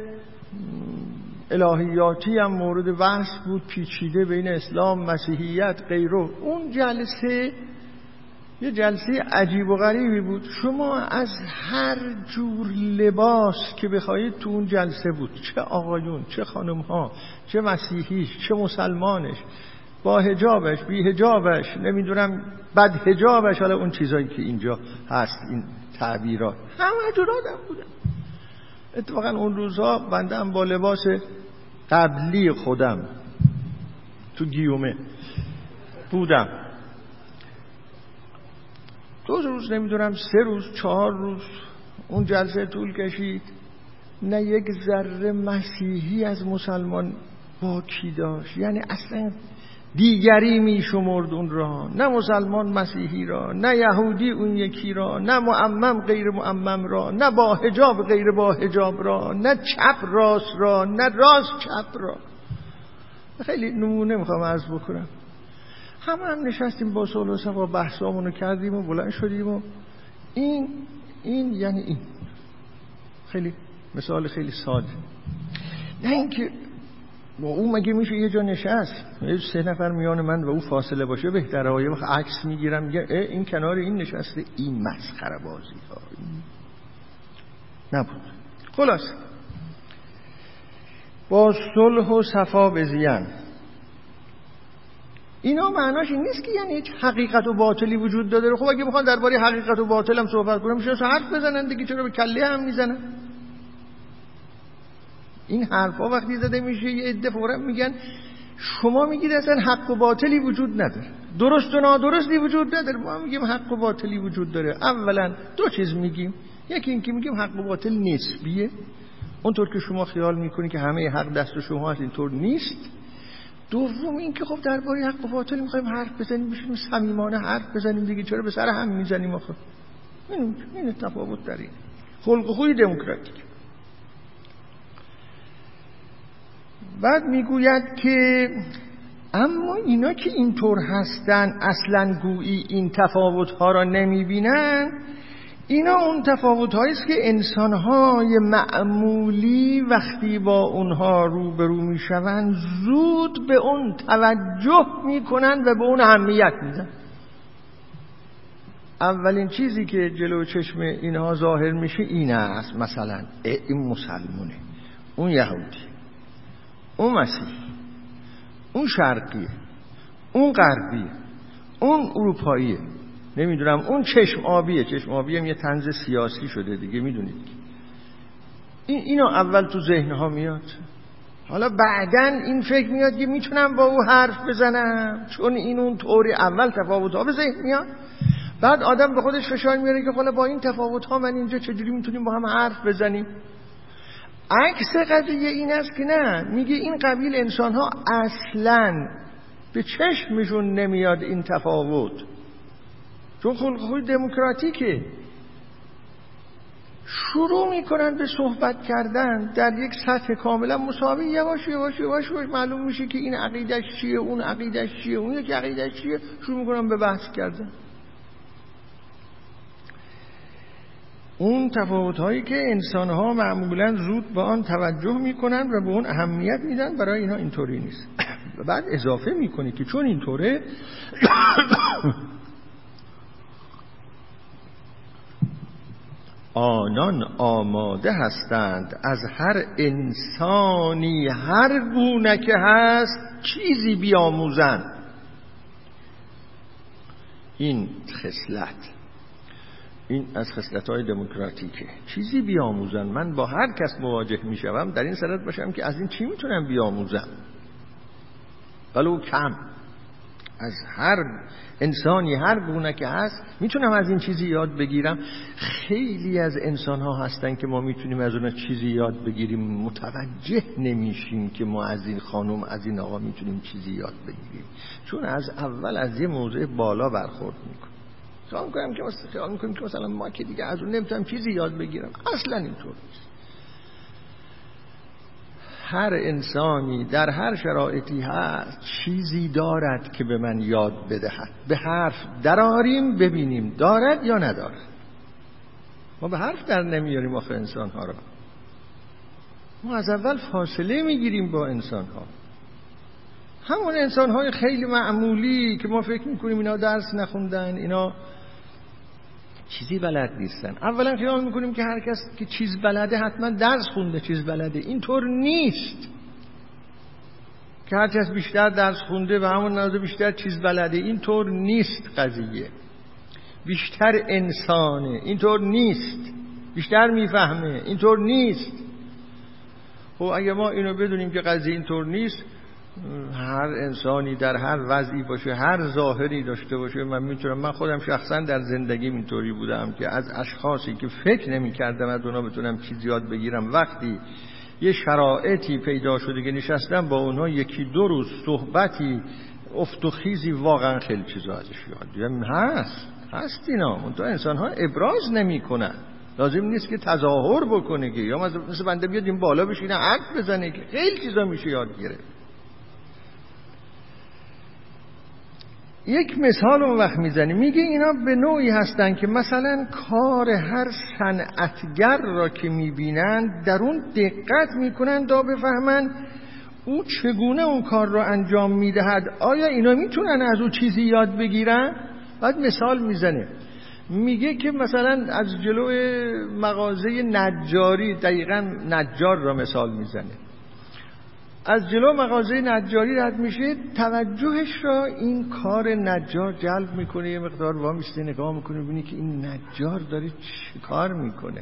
الهیاتی هم مورد بحث بود، پیچیده بین اسلام، مسیحیت، غیره. اون جلسه یه جلسه عجیب و غریبی بود. شما از هر جور لباس که بخواید تو اون جلسه بود، چه آقایون، چه خانم‌ها، چه مسیحیش، چه مسلمانش، با حجابش، بی حجابش، نمیدونم بد حجابش، حالا اون چیزایی که اینجا هست، این تعبیرات، همه جور آدم بودن. اتفاقا اون روزها بنده هم با لباس قبلی خودم تو گیومه بودم. 2 روز، نمیدونم 3 روز، 4 روز اون جلسه طول کشید. نه یک ذره مسیحی از مسلمان باکی داشت، یعنی اصلا دیگری می شمرد اون را، نه مسلمان مسیحی را، نه یهودی اون یکی را، نه معمم غیر معمم را، نه با حجاب غیر با حجاب را، نه چپ راست را، نه راست چپ را. خیلی نمونه میخوام عرض بکنم. هم نشستیم با صلح و صفا بحثامونو کردیم و بلند شدیم و این یعنی این. خیلی مثال خیلی ساده. نه اینکه با اون مگه میشه یه جا نشست 3 نفر میان من و او فاصله باشه بهتره. یه وقت عکس میگیرم میگه این کنار این نشسته، این مسخره بازی ها نبود. خلاص با صلح و صفا بزین. اینا معناش این نیست که یعنی هیچ حقیقت و باطلی وجود داره. خب اگه بخوان درباره حقیقت و باطل هم صحبت کنم میشه حرف بزنن دیگه، چرا به کله هم میزنن؟ این حرفا وقتی زده میشه یه عده فوراً میگن شما میگید اصلا حق و باطلی وجود نداره، درست و نادرستی وجود نداره. ما میگیم حق و باطلی وجود داره. اولا 2 چیز میگیم، یکی این که میگیم حق و باطل نسبیه، اونطور که شما خیال میکنی که همه حق دست شما هست اینطور نیست. دوم این که خب درباره حق و باطل میخوایم حرف بزنیم، بشیم صمیمانه حرف بزنیم دیگه، چرا به سر هم میزنیم آخه؟ این تفاوت در این خلق و خوی دموکراتیک. بعد میگوید که اما اینا که اینطور هستن اصلا گویی این تفاوت‌ها را نمی‌بینن. اینا اون تفاوت‌هایی است که انسان‌های معمولی وقتی با اونها روبرو می‌شوند زود به اون توجه می‌کنن و به اون اهمیت میدن. اولین چیزی که جلو چشم اینها ظاهر میشه این است، مثلا این مسلمونه، اون یهودی، اون مسیحی، اون شرقیه، اون غربیه، اون اروپاییه، نمیدونم اون چشم آبیه. چشم آبیه هم یه طنز سیاسی شده دیگه، میدونید اینا اول تو ذهنها میاد. حالا بعدن این فکر میاد که میتونم با او حرف بزنم چون این اون طوری. اول تفاوت‌ها به ذهن میاد، بعد آدم به خودش فشار میاره که حالا با این تفاوت‌ها من اینجا چجوری میتونیم با هم حرف بزنیم. عکس قضیه این است که نه، میگه این قبیل انسان‌ها اصلاً به چشمشون نمیاد این تفاوت، چون خلق دموکراتیکه. شروع میکنن به صحبت کردن در یک سطح کاملا مساوی، یواش یواش یواش معلوم میشه که این عقیدش چیه، اون عقیدش چیه، اون یکی عقیدش چیه، شروع میکنن به بحث کردن. اون تفاوت‌هایی که انسان‌ها معمولاً زود به آن توجه میکنن و به اون اهمیت میدن، برای اینا اینطوری نیست. و بعد اضافه میکنه که چون اینطوره آنان آماده هستند از هر انسانی هر گونه که هست چیزی بیاموزند. این خصلت، این از خصلت‌های دموکراتیکه. چیزی بیاموزن. من با هر کس مواجه میشم در این صورت باشم که از این چی میتونم بیاموزم، ولو کم. از هر انسانی هر گونه که هست میتونم از این چیزی یاد بگیرم. خیلی از انسان ها هستن که ما میتونیم از اونها چیزی یاد بگیریم، متوجه نمیشیم که ما از این خانم از این آقا میتونیم چیزی یاد بگیریم، چون از اول از یه موضوع بالا برخورد میکنیم. خیال میکنیم که مثلا ما که دیگه از اون نمیتونم چیزی یاد بگیرم. اصلا اینطور نیست. هر انسانی در هر شرایطی هست چیزی دارد که به من یاد بدهد. به حرف دراریم ببینیم دارد یا ندارد. ما به حرف در نمیاریم آخه انسانها را. ما از اول فاصله میگیریم با انسانها. همون انسانهای خیلی معمولی که ما فکر میکنیم اینا درس نخوندن، اینا چیزی بلد نیستن. اولا خیال میکنیم که هر کس که چیز بلده حتما درس خونده چیز بلده. اینطور نیست که هر کس بیشتر درس خونده و همون نازه بیشتر چیز بلده. اینطور نیست قضیه. بیشتر انسانه، اینطور نیست. بیشتر میفهمه، اینطور نیست. خب اگه ما اینو بدونیم که قضیه اینطور نیست، هر انسانی در هر وضعی باشه، هر ظاهری داشته باشه، من خودم شخصا در زندگیم اینطوری بودم که از اشخاصی که فکر نمی‌کردم از اونها بتونم چیزی یاد بگیرم، وقتی یه شرایطی پیدا شده که نشستم با اونها یکی دو روز صحبتی افت و خیزی، واقعا خیلی چیزا ازش یاد گرفتم. هست اینا. اون تو انسان‌ها ابراز نمی‌کنن. لازم نیست که تظاهر بکنه که یا مثلا بنده بیاد این بالا بشینه حرف بزنه، که خیلی چیزا میشه یاد گرفت. یک مثال اون وقت میزنی، میگه اینا به نوعی هستن که مثلا کار هر صنعتگر را که میبینن در اون دقت میکنن تا بفهمن او چگونه اون کار را انجام میدهد. آیا اینا میتونن از او چیزی یاد بگیرن؟ بعد مثال میزنه، میگه که مثلا از جلو مغازه نجاری، دقیقاً نجار را مثال میزنه، از جلو مغازه نجاری رد میشه، توجهش را این کار نجار جلب میکنه، یه مقدار وامیسته نگاه میکنه، ببینی که این نجار داره چه کار میکنه.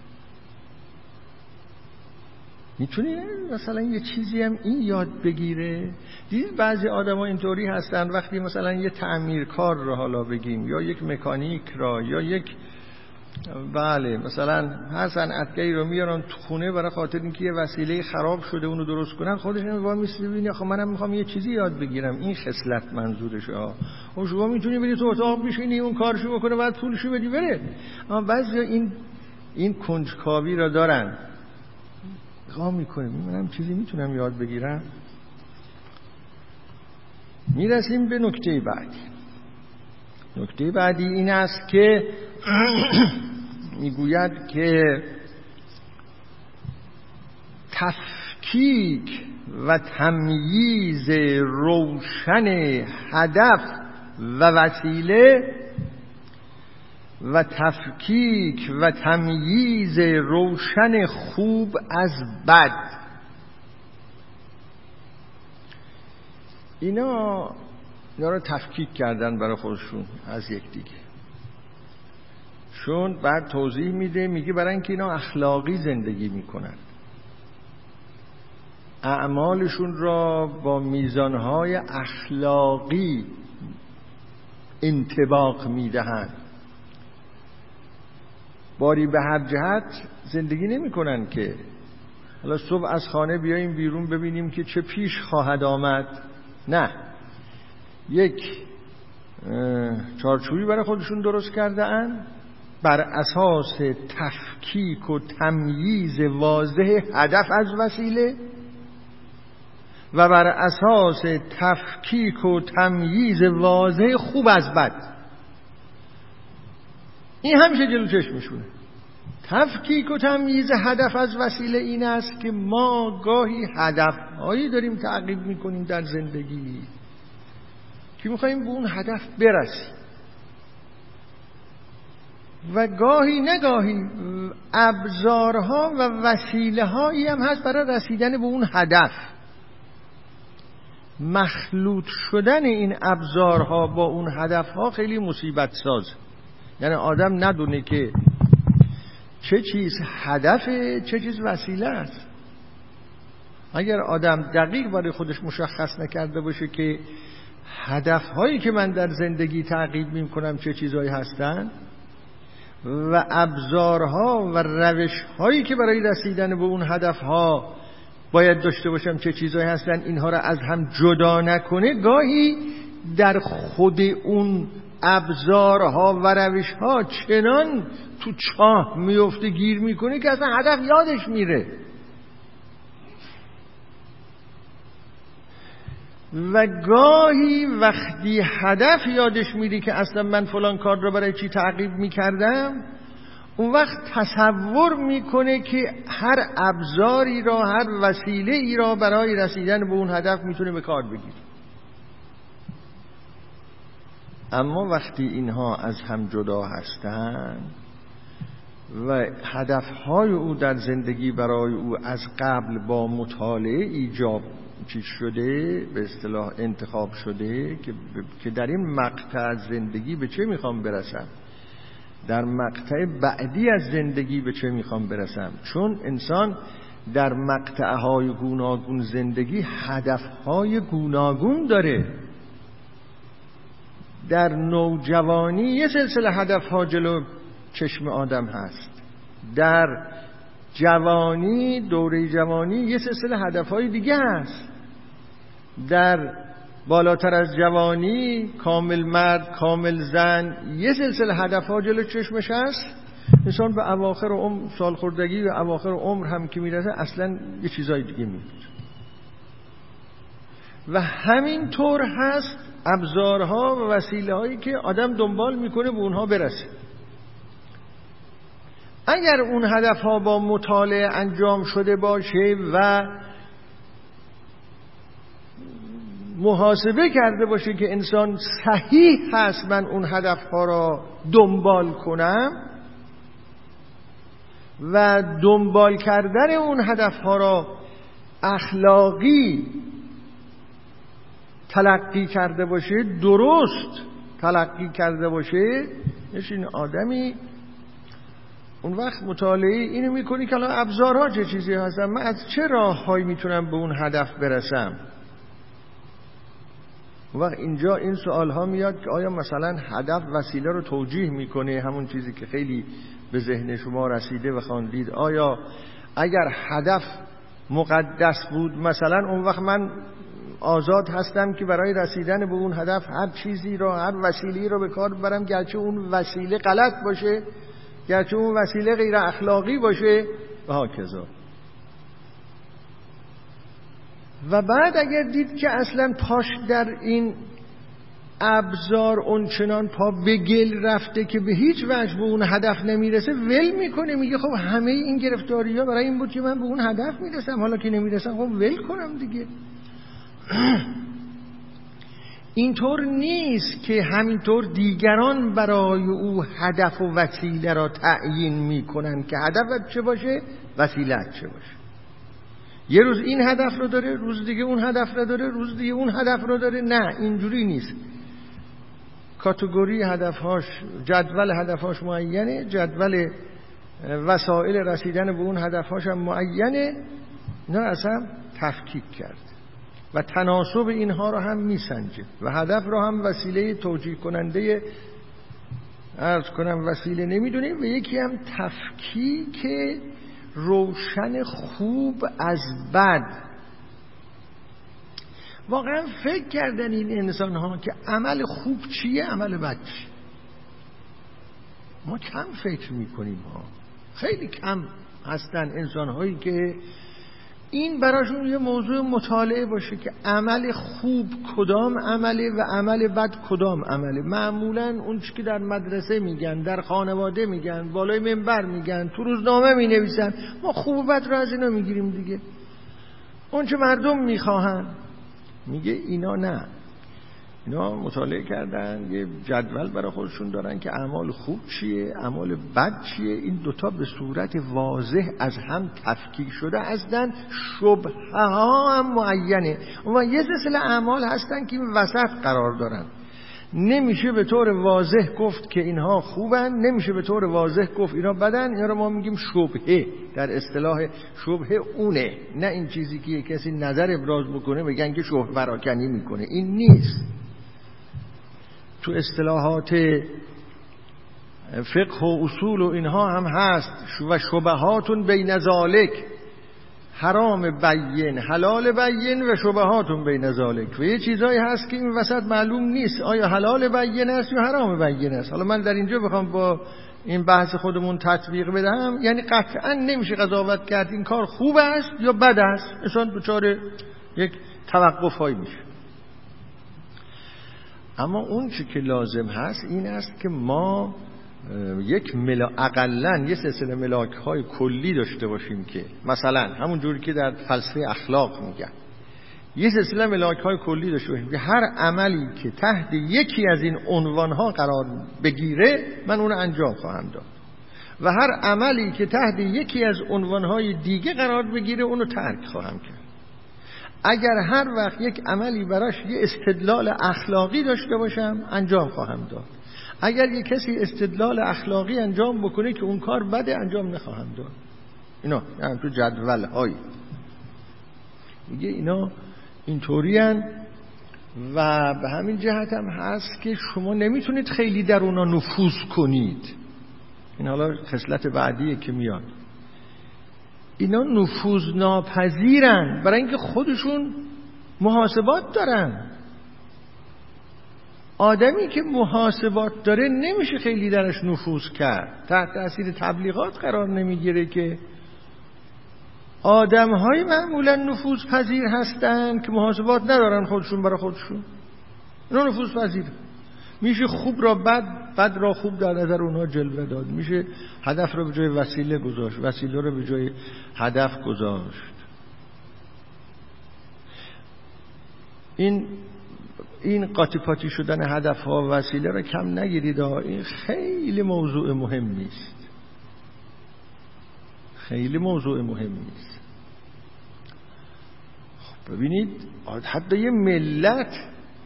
میتونی مثلا یه چیزی هم این یاد بگیره. دید بعضی آدما اینطوری هستن وقتی مثلا یه تعمیرکار رو حالا بگیم یا یک مکانیک را یا یک مثلا هر صنعتگری رو میارن تو خونه برای خاطر اینکه یه وسیله خراب شده اونو درست کنن، خودش نمی‌وام می‌بینه خب منم میخوام یه چیزی یاد بگیرم. این خصلت منظورشه ها. خب شما میتونی بری تو اتاق بشینی اون کارشو بکنه بعد پولشو بدی بره. اما بعضیا این کنجکاوی را دارن، نگاه میکنه منم چیزی میتونم یاد بگیرم. میرسیم به نکته بعدی. نکته بعدی این است که میگوید که تفکیک و تمییز روشن هدف و وسیله و تفکیک و تمییز روشن خوب از بد، اینا رو تفکیک کردن برای خودشون از یکدیگه. چون بعد توضیح میده، میگه برای اینکه اینا اخلاقی زندگی میکنن، اعمالشون را با میزانهای اخلاقی انطباق میدهند، باری به هر جهت زندگی نمی کنن که حالا صبح از خانه بیاییم بیرون ببینیم که چه پیش خواهد آمد. نه، یک چارچوبی برای خودشون درست کرده اند بر اساس تفکیک و تمییز واضح هدف از وسیله و بر اساس تفکیک و تمییز واضح خوب از بد. این همیشه جلو چشمشونه. تفکیک و تمییز هدف از وسیله این است که ما گاهی هدفهایی داریم تعقیب میکنیم در زندگی که میخواییم به اون هدف برسیم و گاهی نگاهی ابزارها و وسیله هایی هم هست برای رسیدن به اون هدف. مخلوط شدن این ابزارها با اون هدفها خیلی مصیبت ساز. یعنی آدم ندونه که چه چیز هدفه، چه چیز وسیله است. اگر آدم دقیق برای خودش مشخص نکرده باشه که هدفهایی که من در زندگی تعقیب میکنم چه چیزهایی هستن و ابزارها و روشهایی که برای رسیدن به اون هدفها باید داشته باشم چه چیزهایی هستن، اینها را از هم جدا نکنه، گاهی در خود اون ابزارها و روشها چنان تو چاه میفته، گیر میکنه که اصلا هدف یادش میره. و گاهی وقتی هدف یادش میره که اصلا من فلان کار رو برای چی تعقیب میکردم، اون وقت تصور میکنه که هر ابزاری را، هر وسیله ای را برای رسیدن به اون هدف میتونه به کار بگیره. اما وقتی اینها از هم جدا هستند و هدفهای او در زندگی برای او از قبل با مطالعه ایجاب چیز شده، به اصطلاح انتخاب شده که در این مقطع از زندگی به چه میخوام برسم، در مقطع بعدی از زندگی به چه میخوام برسم. چون انسان در مقطعهای گوناگون زندگی هدفهای گوناگون داره. در نوجوانی یه سلسله هدفها جلو چشم آدم هست، در جوانی، دوره جوانی یه سلسله هدفهای دیگه هست، در بالاتر از جوانی، کامل مرد، کامل زن، یه سلسله هدفها جلو چشمش هست. انسان به اواخر عمر، سالخوردگی و اواخر عمر هم که میرسه اصلا یه چیزای دیگه میبینه. و همین طور هست ابزارها و وسیله هایی که آدم دنبال میکنه به اونها برسه. اگر اون هدفها با مطالعه انجام شده باشه و محاسبه کرده باشه که انسان صحیح هست من اون هدفها را دنبال کنم و دنبال کردن اون هدفها را اخلاقی تلقی کرده باشه، درست تلقی کرده باشه، این آدمی اون وقت مطالعه اینو میکنی که الان ابزارها چه چیزی هستن، من از چه راههایی میتونم به اون هدف برسم. اون وقت اینجا این سوال ها میاد که آیا مثلا هدف وسیله رو توجیه میکنه، همون چیزی که خیلی به ذهن شما رسیده و خواندید. آیا اگر هدف مقدس بود مثلا اون وقت من آزاد هستم که برای رسیدن به اون هدف هر چیزی رو، هر وسیله‌ای رو به کار ببرم، گرچه اون وسیله غلط باشه، گرچه اون وسیله غیر اخلاقی باشه و هاکذا. و بعد اگر دید که اصلا پاش در این ابزار اونچنان پا به گل رفته که به هیچ وجه به اون هدف نمیرسه، ول میکنه، میگه خب همه این گرفتاری ها برای این بود که من به اون هدف میرسم، حالا که نمیرسم خب ول کنم دیگه. اینطور نیست که همینطور دیگران برای او هدف و وسیله را تعیین میکنن که هدفت چه باشه وسیله‌ات چه باشه. یه روز این هدف رو داره، روز دیگه اون هدف رو داره، روز دیگه اون هدف رو داره. نه، اینجوری نیست. کاتگوری هدفهاش، جدول هدفهاش معینه، جدول وسایل رسیدن به اون هدفهاش هم معینه. نه اصلا تفکیک کرد و تناسب اینها رو هم میسنجه و هدف رو هم وسیله توجیه کننده عرض کنم وسیله نمیدونه و یکی هم تفکیک روشن خوب از بد. واقعا فکر کردن این انسان ها که عمل خوب چیه عمل بد چیه؟ ما کم فکر میکنیم ها. خیلی کم هستن انسان هایی که این براشون یه موضوع مطالعه باشه که عمل خوب کدام عمله و عمل بد کدام عمله. معمولا اون چی که در مدرسه میگن، در خانواده میگن، بالای منبر میگن، تو روزنامه مینویسن، ما خوب و بد رو از اینا میگیریم دیگه. اون چه مردم میخواهن میگه اینا نه. اینا مطالعه کردن، یه جدول برای خودشون دارن که اعمال خوب چیه، اعمال بد چیه. این دوتا به صورت واضح از هم تفکیک شده هستن. شبهه ها هم معینه. اما یه سلسله اعمال هستن که وسط قرار دارن. نمیشه به طور واضح گفت که اینها خوبن، نمیشه به طور واضح گفت اینا بدن. اینا رو ما میگیم شبهه. در اصطلاح شبهه اونه، نه این چیزی که کسی نظر ابراز بکنه بگن که شبهه پراکنی میکنه. این نیست. تو اصطلاحات فقه و اصول و اینها هم هست و شبهاتون بین ذالک، حرام بین، حلال بین و شبهاتون بین ذالک. و یه چیزایی هست که این وسط معلوم نیست آیا حلال بین است یا حرام بین است. حالا من در اینجا بخوام با این بحث خودمون تطبیق بدم، یعنی قطعا نمیشه قضاوت کرد این کار خوب است یا بد است. انسان دچار یک توقف هایی میشه. اما اون چی که لازم هست این است که ما یک اقلن یه سلسله ملاک های کلی داشته باشیم که مثلا همون جوری که در فلسفه اخلاق میگن، یه سلسله ملاک های کلی داشته باشیم که هر عملی که تحت یکی از این عنوان ها قرار بگیره من اون رو انجام خواهم داد و هر عملی که تحت یکی از عنوان های دیگه قرار بگیره اون رو ترک خواهم کرد. اگر هر وقت یک عملی براش یه استدلال اخلاقی داشته باشم انجام خواهم داد. اگر یک کسی استدلال اخلاقی انجام بکنه که اون کار بده انجام نخواهم داد. اینا یعنی تو جدول هایی میگه اینا اینطوری هن و به همین جهت هم هست که شما نمیتونید خیلی در اونا نفوذ کنید. این حالا خصلت بعدیه که میاد. اینا نفوذ ناپذیرن برای اینکه خودشون محاسبات دارن. آدمی که محاسبات داره نمیشه خیلی درش نفوذ کرد. تحت تاثیر تبلیغات قرار نمیگیره که آدم‌های معمولا نفوذ پذیر هستن که محاسبات ندارن خودشون برای خودشون. اینا نفوذ پذیر. میشه خوب را بد را خوب در نظر اونها جلوه داد. میشه هدف رو به جای وسیله گذاشت، وسیله رو به جای هدف گذاشت. این قاطی پاتی شدن هدف ها و وسیله رو کم نگیرید. این خیلی موضوع مهمی است. خیلی موضوع مهمی است. خب ببینید حتی یه ملت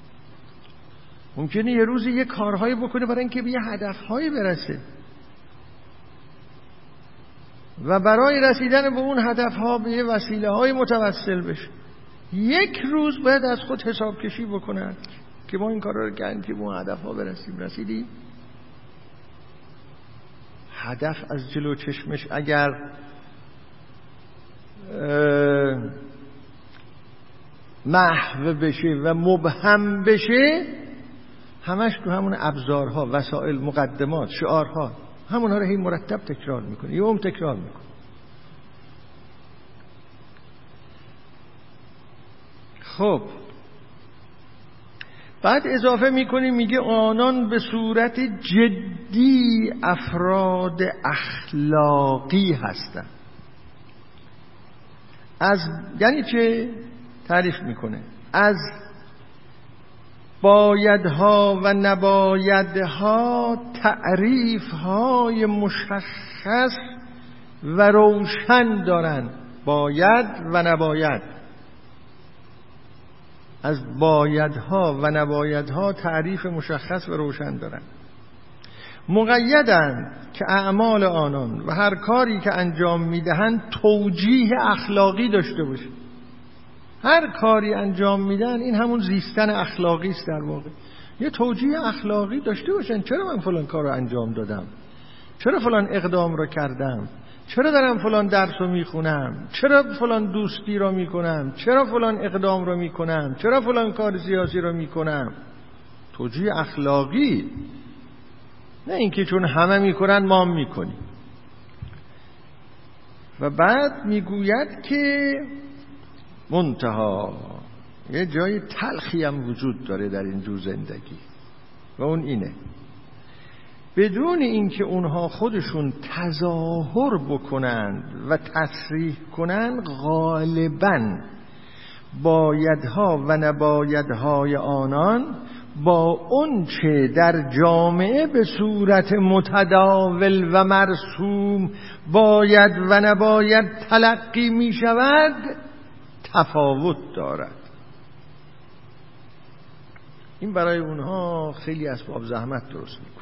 ممکنه یه روزی یه کارهایی بکنه برای اینکه به یه هدفهایی برسه و برای رسیدن به اون هدفها به یه وسیله های متوسل بشه. یک روز باید از خود حساب کشی بکنن که ما این کارا رو کردیم که به اون هدفها برسیم. رسیدیم؟ هدف از جلو چشمش اگر محو بشه و مبهم بشه همش تو همون ابزارها، وسایل، مقدمات، شعارها، همونها رو هی مرتب تکرار میکنه، یه تکرار میکنه. خب بعد اضافه میکنیم میگه آنان به صورت جدی افراد اخلاقی هستند. یعنی چه؟ تعریف میکنه از بایدها و نبایدها تعریفهای مشخص و روشن دارن. باید و نباید، از بایدها و نبایدها تعریف مشخص و روشن دارن. مقیدند که اعمال آنان و هر کاری که انجام میدهند توجیه اخلاقی داشته باشه. هر کاری انجام میدن این همون زیستن اخلاقی است در واقع. یه توجیه اخلاقی داشته باشن. چرا من فلان کار رو انجام دادم؟ چرا فلان اقدام رو کردم؟ چرا دارم فلان درس رو میخونم؟ چرا فلان دوستی رو میکنم؟ چرا فلان اقدام رو میکنم؟ چرا فلان کار سیاسی رو میکنم؟ توجیه اخلاقی، نه اینکه چون همه میکنن ما هم میکنیم. و بعد میگوید که منتها یه جای تلخی هم وجود داره در این جور زندگی و اون اینه: بدون اینکه اونها خودشون تظاهر بکنند و تصریح کنند غالباً بایدها و نبایدهای آنان با اون چه در جامعه به صورت متداول و مرسوم باید و نباید تلقی می شود تفاوت دارد. این برای اونها خیلی اسباب زحمت درست میکنه.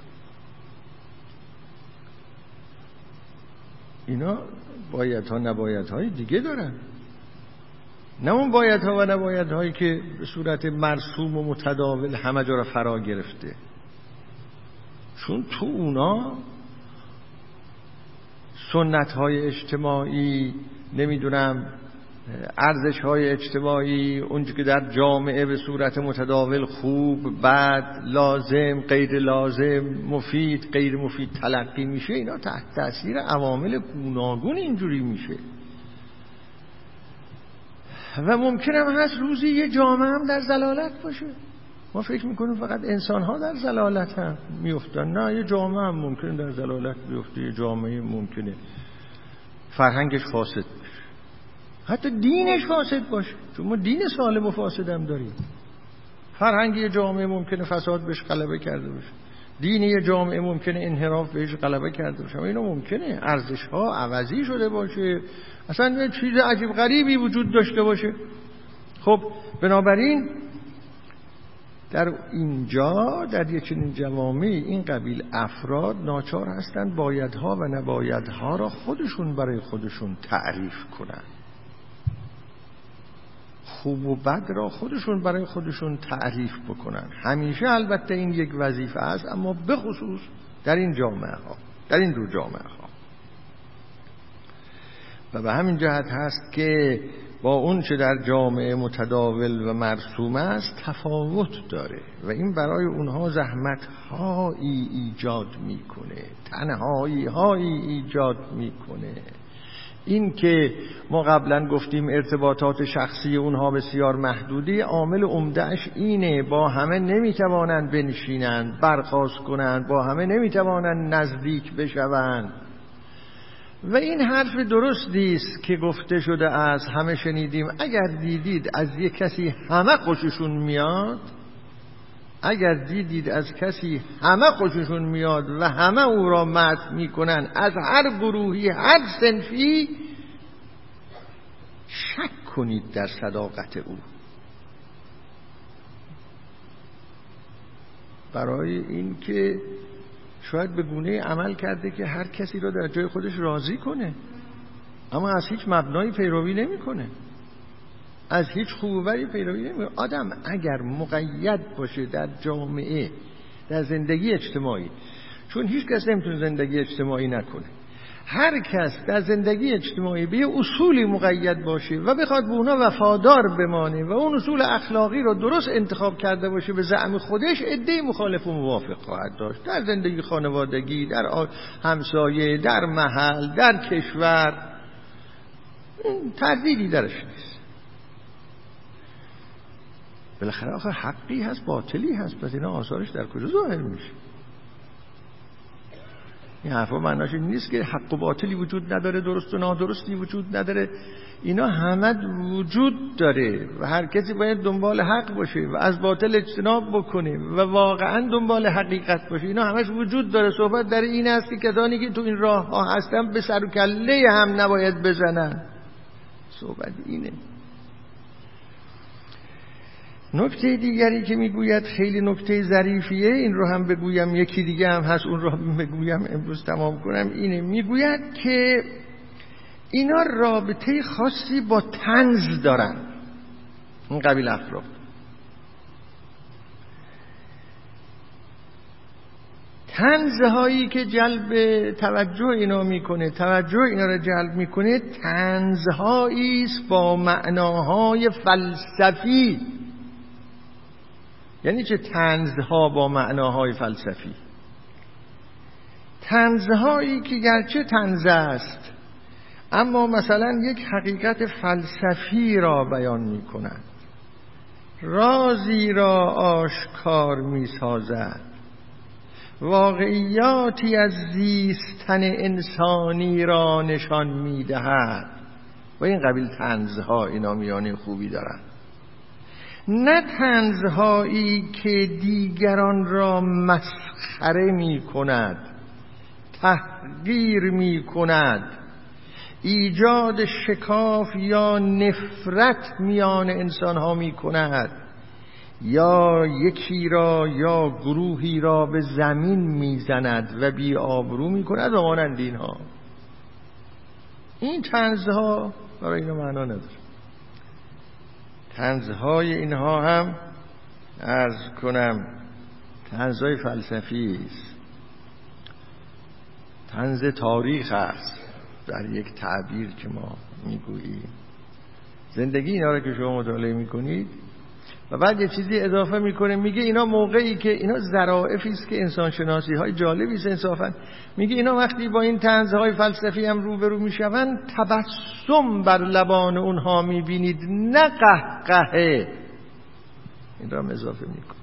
اینا بایدها نبایدهای دیگه دارن، نه اون بایدها و نبایدهایی که به صورت مرسوم و متداول همه جا را فرا گرفته. چون تو اونا سنت‌های اجتماعی، نمیدونم ارزش‌های اجتماعی، اونجا که در جامعه به صورت متداول خوب، بد، لازم، غیر لازم، مفید، غیر مفید تلقی میشه، اینا تحت تاثیر عوامل گوناگون اینجوری میشه. و ممکن هم هست روزی یه جامعه هم در ضلالت باشه. ما فکر میکنیم فقط انسان‌ها در ضلالت هم میفتن. نه، یه جامعه هم ممکنه در ضلالت بیفته. یه جامعه ممکنه فرهنگش فاسد باشه، حتی دینش فاسد باشه، چون ما دین سالم و فاسد هم داریم. فرهنگ یه جامعه ممکنه فساد بهش غلبه کرده باشه، دین یه جامعه ممکنه انحراف بهش غلبه کرده باشه. اینا ممکنه ارزش‌ها عوضی شده باشه، اصلا یه چیز عجیب غریبی وجود داشته باشه. خب بنابراین در اینجا، در یک چنین جوامعی، این قبیل افراد ناچار هستند بایدها و نبایدها را خودشون برای خودشون تعریف کنند، خوب و بد را خودشون برای خودشون تعریف بکنن. همیشه البته این یک وظیفه است، اما به خصوص در این جامعه ها، در این دو جامعه ها. و به همین جهت هست که با اون چه در جامعه متداول و مرسوم است تفاوت داره و این برای اونها زحمت هایی ایجاد میکنه، تنهایی هایی ایجاد میکنه. این که ما قبلا گفتیم ارتباطات شخصی اونها بسیار محدودی، عامل عمده‌اش اینه: با همه نمیتوانند بنشینند، برخاست کنند، با همه نمیتوانند نزدیک بشوند. و این حرف درستی است که گفته شده است، همه شنیدیم: اگر دیدید از یک کسی همه خوششون میاد، اگر دیدید از کسی همه خوششون میاد و همه او را مدح میکنن، از هر گروهی، هر صنفی، شک کنید در صداقت او. برای این که شاید به گونه عمل کرده که هر کسی را در جای خودش راضی کنه، اما از هیچ مبنایی پیروی نمیکنه، از هیچ خوبی پیروی نمیکنه. آدم اگر مقید باشه در جامعه، در زندگی اجتماعی، چون هیچ کس نمیتونه زندگی اجتماعی نکنه، هر کس در زندگی اجتماعی به یه اصولی مقید باشه و بخواد به اونا وفادار بمانه و اون اصول اخلاقی رو درست انتخاب کرده باشه به زعم خودش، عده‌ای مخالف و موافق خواهد داشت. در زندگی خانوادگی، در همسایه، در محل، در کشور، تردیدی درش نیست. بالاخره آخه حقی هست باطلی هست، پس اینا آثارش در کجا ظاهر میشه؟ این حرفا معناش این نیست که حق و باطلی وجود نداره، درست و نادرستی وجود نداره. اینا همه وجود داره و هر کسی باید دنبال حق باشه و از باطل اجتناب بکنه و واقعا دنبال حقیقت باشه. اینا همش وجود داره. صحبت در این است که کسانی که تو این راه ها هستن به سر و کله هم نباید بزنن. صحبت اینه. نکته دیگری که میگوید خیلی نکته ظریفیه، این رو هم بگویم، یکی دیگه هم هست اون رو هم بگویم امروز تمام کنم. اینه، میگوید که اینا رابطه خاصی با طنز دارن، این قبیل افراد. طنزهایی که جلب توجه اینا میکنه، توجه اینا رو جلب میکنه، طنزهایی است با معناهای فلسفی. یعنی چه طنزها با معناهای فلسفی؟ طنزهایی که گرچه طنز است اما مثلا یک حقیقت فلسفی را بیان می کند، رازی را آشکار می سازد، واقعیاتی از زیستن انسانی را نشان می دهد و این قبیل طنزها اینا میانه خوبی دارند. نه طنزهایی که دیگران را مسخره می کند، تحقیر می کند، ایجاد شکاف یا نفرت میان انسانها می کند، یا یکی را یا گروهی را به زمین می زند و بی آبرو می کند و مانند اینها. این طنزها برای اینا معنا نداره. طنزهای اینها هم عرض کنم طنزهای فلسفی است، طنز تاریخ است در یک تعبیر که ما میگوییم. زندگی اینا رو که شما مطالعه میکنید و بعد یه چیزی اضافه میکنه، میگه اینا موقعی که اینا ظرافی است که انسان شناسی های جالبی است انصافا، میگه اینا وقتی با این طنزهای فلسفی هم روبرو میشوند تبسم بر لبان اونها میبینید، نه قهقهه. این را هم اضافه میکنه.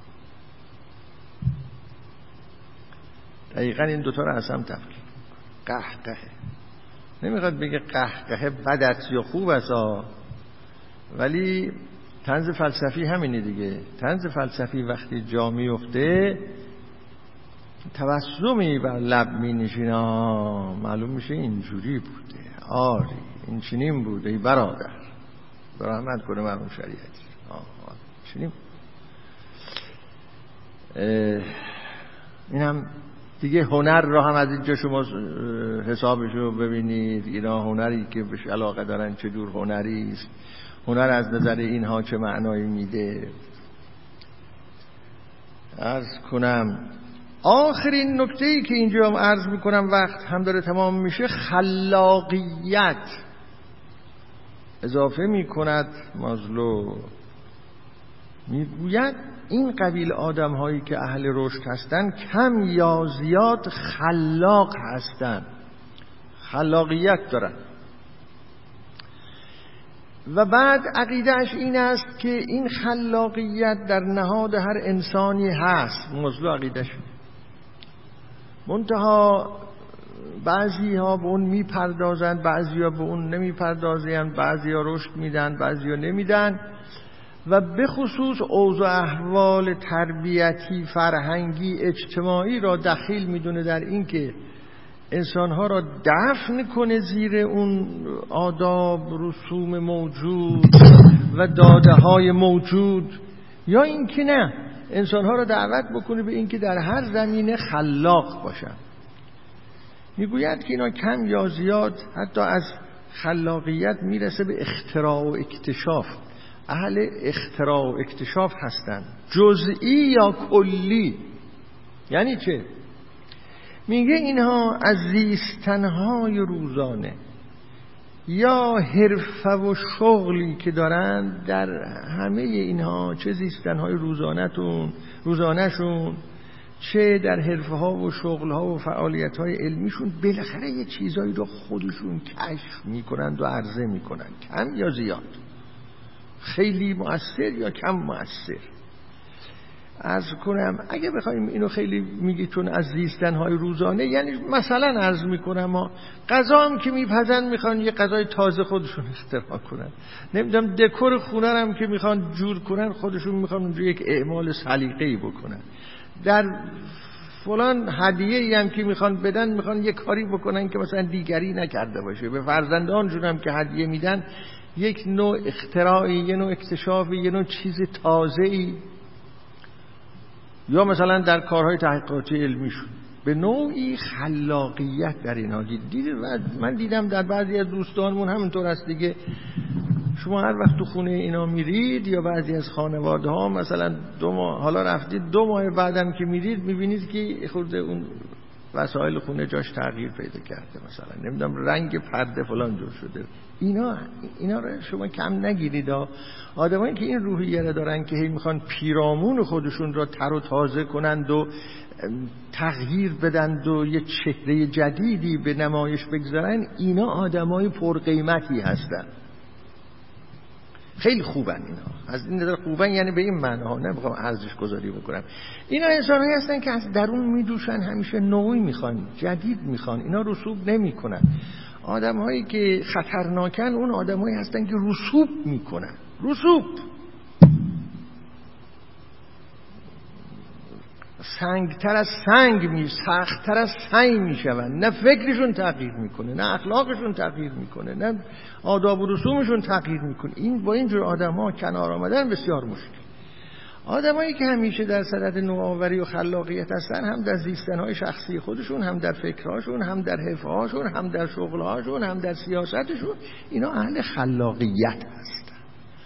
دقیقا این دوتا رو از هم تفکیک قهقهه. نمیخواد بگه قهقهه بد است یا خوب است، ولی طنز فلسفی همینه دیگه. طنز فلسفی وقتی جا میفته تبسمی بر لب می نشینه، معلوم میشه اینجوری بوده، آری این چنین بوده، ای برادر رحمت کنه مرحوم شریعتی، چنین. این هم دیگه هنر را هم از اینجا شما حسابشو ببینید. اینا هنری که بهش علاقه دارن چه جور هنری است، هنر از نظر اینها چه معنایی میده. عرض کنم آخرین نکته‌ای که اینجا عرض میکنم، وقت هم داره تمام میشه، خلاقیت اضافه میکند مازلو. میگوید این قبیل آدم هایی که اهل رشد هستند کم یا زیاد خلاق هستند، خلاقیت دارن. و بعد عقیدهش این است که این خلاقیت در نهاد هر انسانی هست. مازلو عقیدهش منتها بعضی ها به اون میپردازند، بعضی ها به اون نمیپردازند، بعضی ها رشد میدن، بعضی ها نمیدن. و به خصوص اوضاع احوال تربیتی، فرهنگی، اجتماعی را دخیل میدونه در این که انسانها را دفن کنه زیر اون آداب، رسوم موجود و داده های موجود، یا این که نه، انسانها را دعوت بکنه به این که در هر زمینه خلاق باشن. میگوید که اینا کم یا زیاد حتی از خلاقیت میرسه به اختراع و اکتشاف. اهل اختراع و اکتشاف هستن، جزئی یا کلی. یعنی چه؟ میگه اینها از زیستنهای روزانه یا حرفه و شغلی که دارن، در همه اینها، چه زیستنهای روزانهشون، چه در حرفه ها و شغل ها و فعالیت های علمیشون، بالاخره یه چیزایی رو خودشون کشف میکنند و عرضه میکنند، کم یا زیاد. خیلی مؤثر یا کم مؤثر. عرض کنم اگه بخوایم اینو خیلی میگی چون از زیستن‌های روزانه، یعنی مثلا عرض میکنم ما غذا هم که میپزن میخوان یه غذای تازه خودشون اختراع کنن، نمیدونم دکور خونه هم که میخوان جور کنن خودشون میخوان اونجا یک اعمال سلیقه‌ای بکنن، در فلان هدیه‌ای هم که میخوان بدن میخوان یه کاری بکنن که مثلا دیگری نکرده باشه. به فرزندانشون هم که هدیه میدن یک نوع اختراعی، یه نوع اکتشافی، یه نوع چیز تازه‌ای، یا مثلا در کارهای تحقیقاتی علمیشون به نوعی خلاقیت در اینها دیدید. من دیدم در بعضی از دوستانمون همینطور است دیگه. شما هر وقت تو خونه اینا میرید یا بعضی از خانواده ها مثلا 2 ماه حالا رفتید 2 ماه بعدم که میرید میبینید که خورده اون وسایل خونه جاش تغییر پیدا کرده، مثلا نمیدونم رنگ پرده فلان جور شده. اینا رو شما کم نگیرید. آدمایی که این روحیه رو دارن که هی میخوان پیرامون خودشون رو تر و تازه کنند و تغییر بدند و یه چهره جدیدی به نمایش بگذارن، اینا آدمای پرقیمتی هستن. خیلی خوبن اینا، از این نظر خوبن، یعنی به این معنی نمیخوام ارزش گذاری بکنم. اینا انسانایی هستن که از درون میجوشن، همیشه نوعی میخوان، جدید میخوان، اینا رسوب نمیکنن. آدم‌هایی که خطرناکن اون آدم‌هایی هستن که رسوب میکنن. رسوب سنگتر از سنگ سختتر از سنگ میشون. نه فکرشون تغییر میکنه، نه اخلاقشون تغییر میکنه، نه آداب و رسومشون تغییر میکنه. این با اینجور آدم‌ها کنار آمدن بسیار مشکل. آدمایی که همیشه در صدد نوآوری و خلاقیت هستن، هم در زیستن‌های شخصی خودشون، هم در فکرهاشون، هم در حرفهاشون، هم در شغلهاشون، هم در سیاستشون، اینا اهل خلاقیت هستن.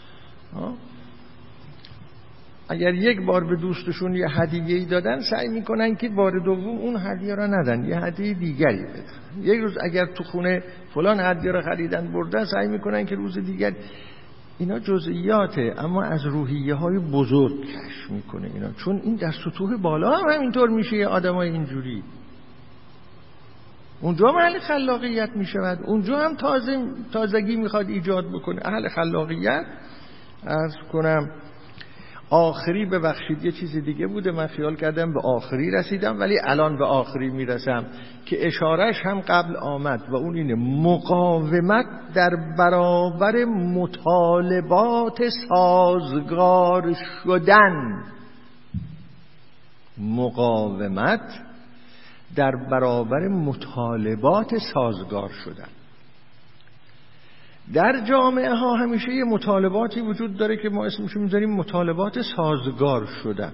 اگر یک بار به دوستشون یه هدیه‌ای دادن، سعی میکنن که بار دوم اون هدیه را ندن، یه هدیه دیگری بدن. یک روز اگر تو خونه فلان هدیه را خریدن بردن، سعی میکنن که روز دیگر. اینا جزئیاته، اما از روحیه‌های بزرگ کشف میکنه اینا، چون این در سطوح بالا هم همینطور میشه. یه آدمای اینجوری اونجا هم اهل خلاقیت میشود، اونجا هم تازگی میخواد ایجاد بکنه. اهل خلاقیت عرض کنم آخری، ببخشید یه چیز دیگه بوده، من خیال کردم به آخری رسیدم ولی الان به آخری میرسم که اشارش هم قبل آمد و اون اینه: مقاومت در برابر مطالبات سازگار شدن. مقاومت در برابر مطالبات سازگار شدن. در جامعه ها همیشه یه مطالباتی وجود داره که ما اسمش میذاریم مطالبات سازگار شدن.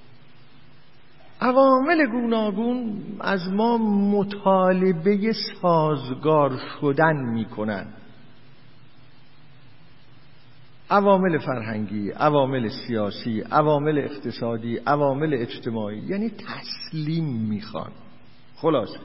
عوامل گوناگون از ما مطالبه سازگار شدن میکنن. عوامل فرهنگی، عوامل سیاسی، عوامل اقتصادی، عوامل اجتماعی، یعنی تسلیم میخوان. خلاصه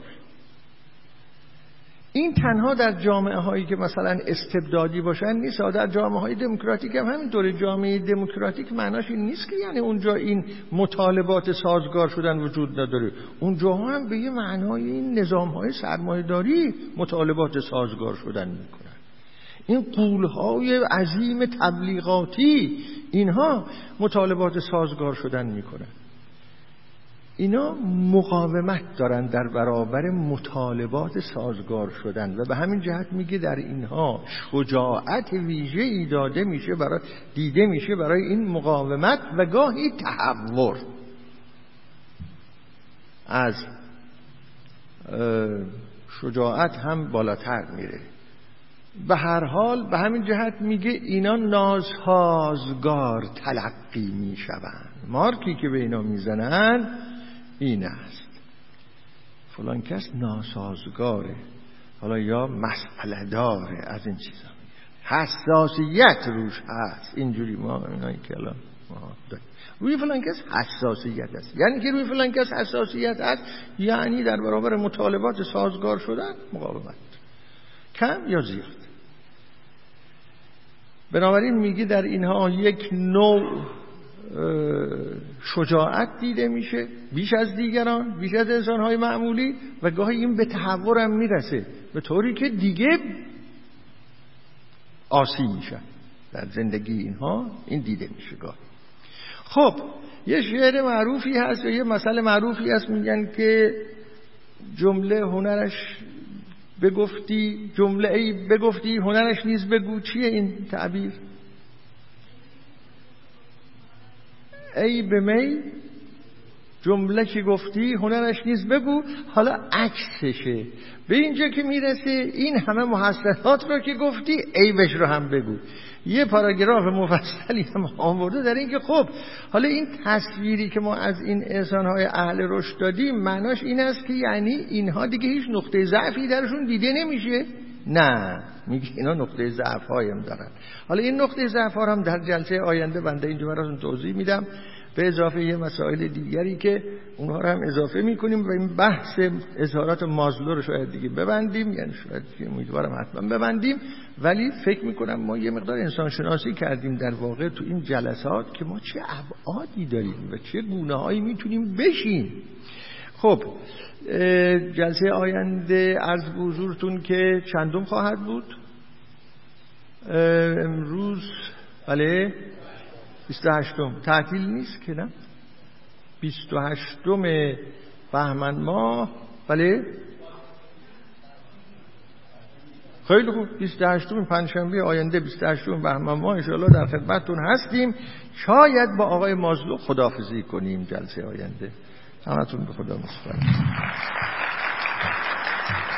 این تنها در جامعه هایی که مثلا استبدادی باشن نیست، در جامعه های دموکراتیک هم همینطوره. جامعه دموکراتیک معناش این نیست که یعنی اونجا این مطالبات سازگار شدن وجود نداره. اونجا هم به یه معنای این نظام های سرمایه‌داری مطالبات سازگار شدن میکنن. این قولهای عظیم تبلیغاتی، اینها مطالبات سازگار شدن میکنن. اینا مقاومت دارن در برابر مطالبات سازگار شدن و به همین جهت میگه در اینها شجاعت ویژه‌ای دیده میشه برای این مقاومت و گاهی تحور. از شجاعت هم بالاتر میره. به هر حال به همین جهت میگه اینا ناسازگار تلقی میشوند. مارکی که به اینا میزنن این است: فلان کس ناسازگاره، حالا یا مسئله داره، از این چیزا میگه. حساسیت روش هست. اینجوری ما اینایی که الان ما داریم روی فلان کس حساسیت هست. یعنی که روی فلان کس حساسیت هست، یعنی در برابر مطالبات سازگار شدن مقاومت، کم یا زیاد. بنابراین میگه در اینها یک نوع شجاعت دیده میشه بیش از دیگران، بیش از انسانهای معمولی، و گاهی این به تحور هم میرسه به طوری که دیگه آسی میشن. در زندگی اینها این دیده میشه گاه. خب یه شعر معروفی هست و یه مثل معروفی هست، میگن که جمله هنرش بگفتی، جمله ای بگفتی هنرش نیز بگو. چیه این تعبیر؟ ای به می جمله که گفتی هنرش نیز بگو. حالا عکسشه، به اینجا که میرسه این همه محسنات رو که گفتی عیبش رو هم بگو. یه پاراگراف مفصلی هم آورده در این که خب حالا این تصویری که ما از این انسان‌های اهل رشد دادیم معناش این است که یعنی اینها دیگه هیچ نقطه ضعفی درشون دیده نمیشه؟ نه، میگه اینا نقطه ضعف‌هایی هم دارن. حالا این نقطه ضعف‌ها هم در جلسه آینده بنده اینجا براتون توضیح میدم، به اضافه یه مسائل دیگری که اونها رو هم اضافه میکنیم و این بحث اظهارات مازلو رو شاید دیگه ببندیم، یعنی شاید امیدوارم حتما ببندیم. ولی فکر میکنم ما یه مقدار انسان شناسی کردیم در واقع تو این جلسات که ما چه ابعادی داریم و چه گونه هایی میتونیم بشیم. خب جلسه آینده عرض به حضورتون که چندم خواهد بود؟ امروز بله 28م، تعطیل نیست که نه؟ 28م بهمن ماه. بله خیلی خوب، 28م پنجشنبه آینده 28م بهمن ماه انشاءالله در خدمتتون هستیم. شاید با آقای مازلو خداحافظی کنیم جلسه آینده. همتون به خدا میسپارم.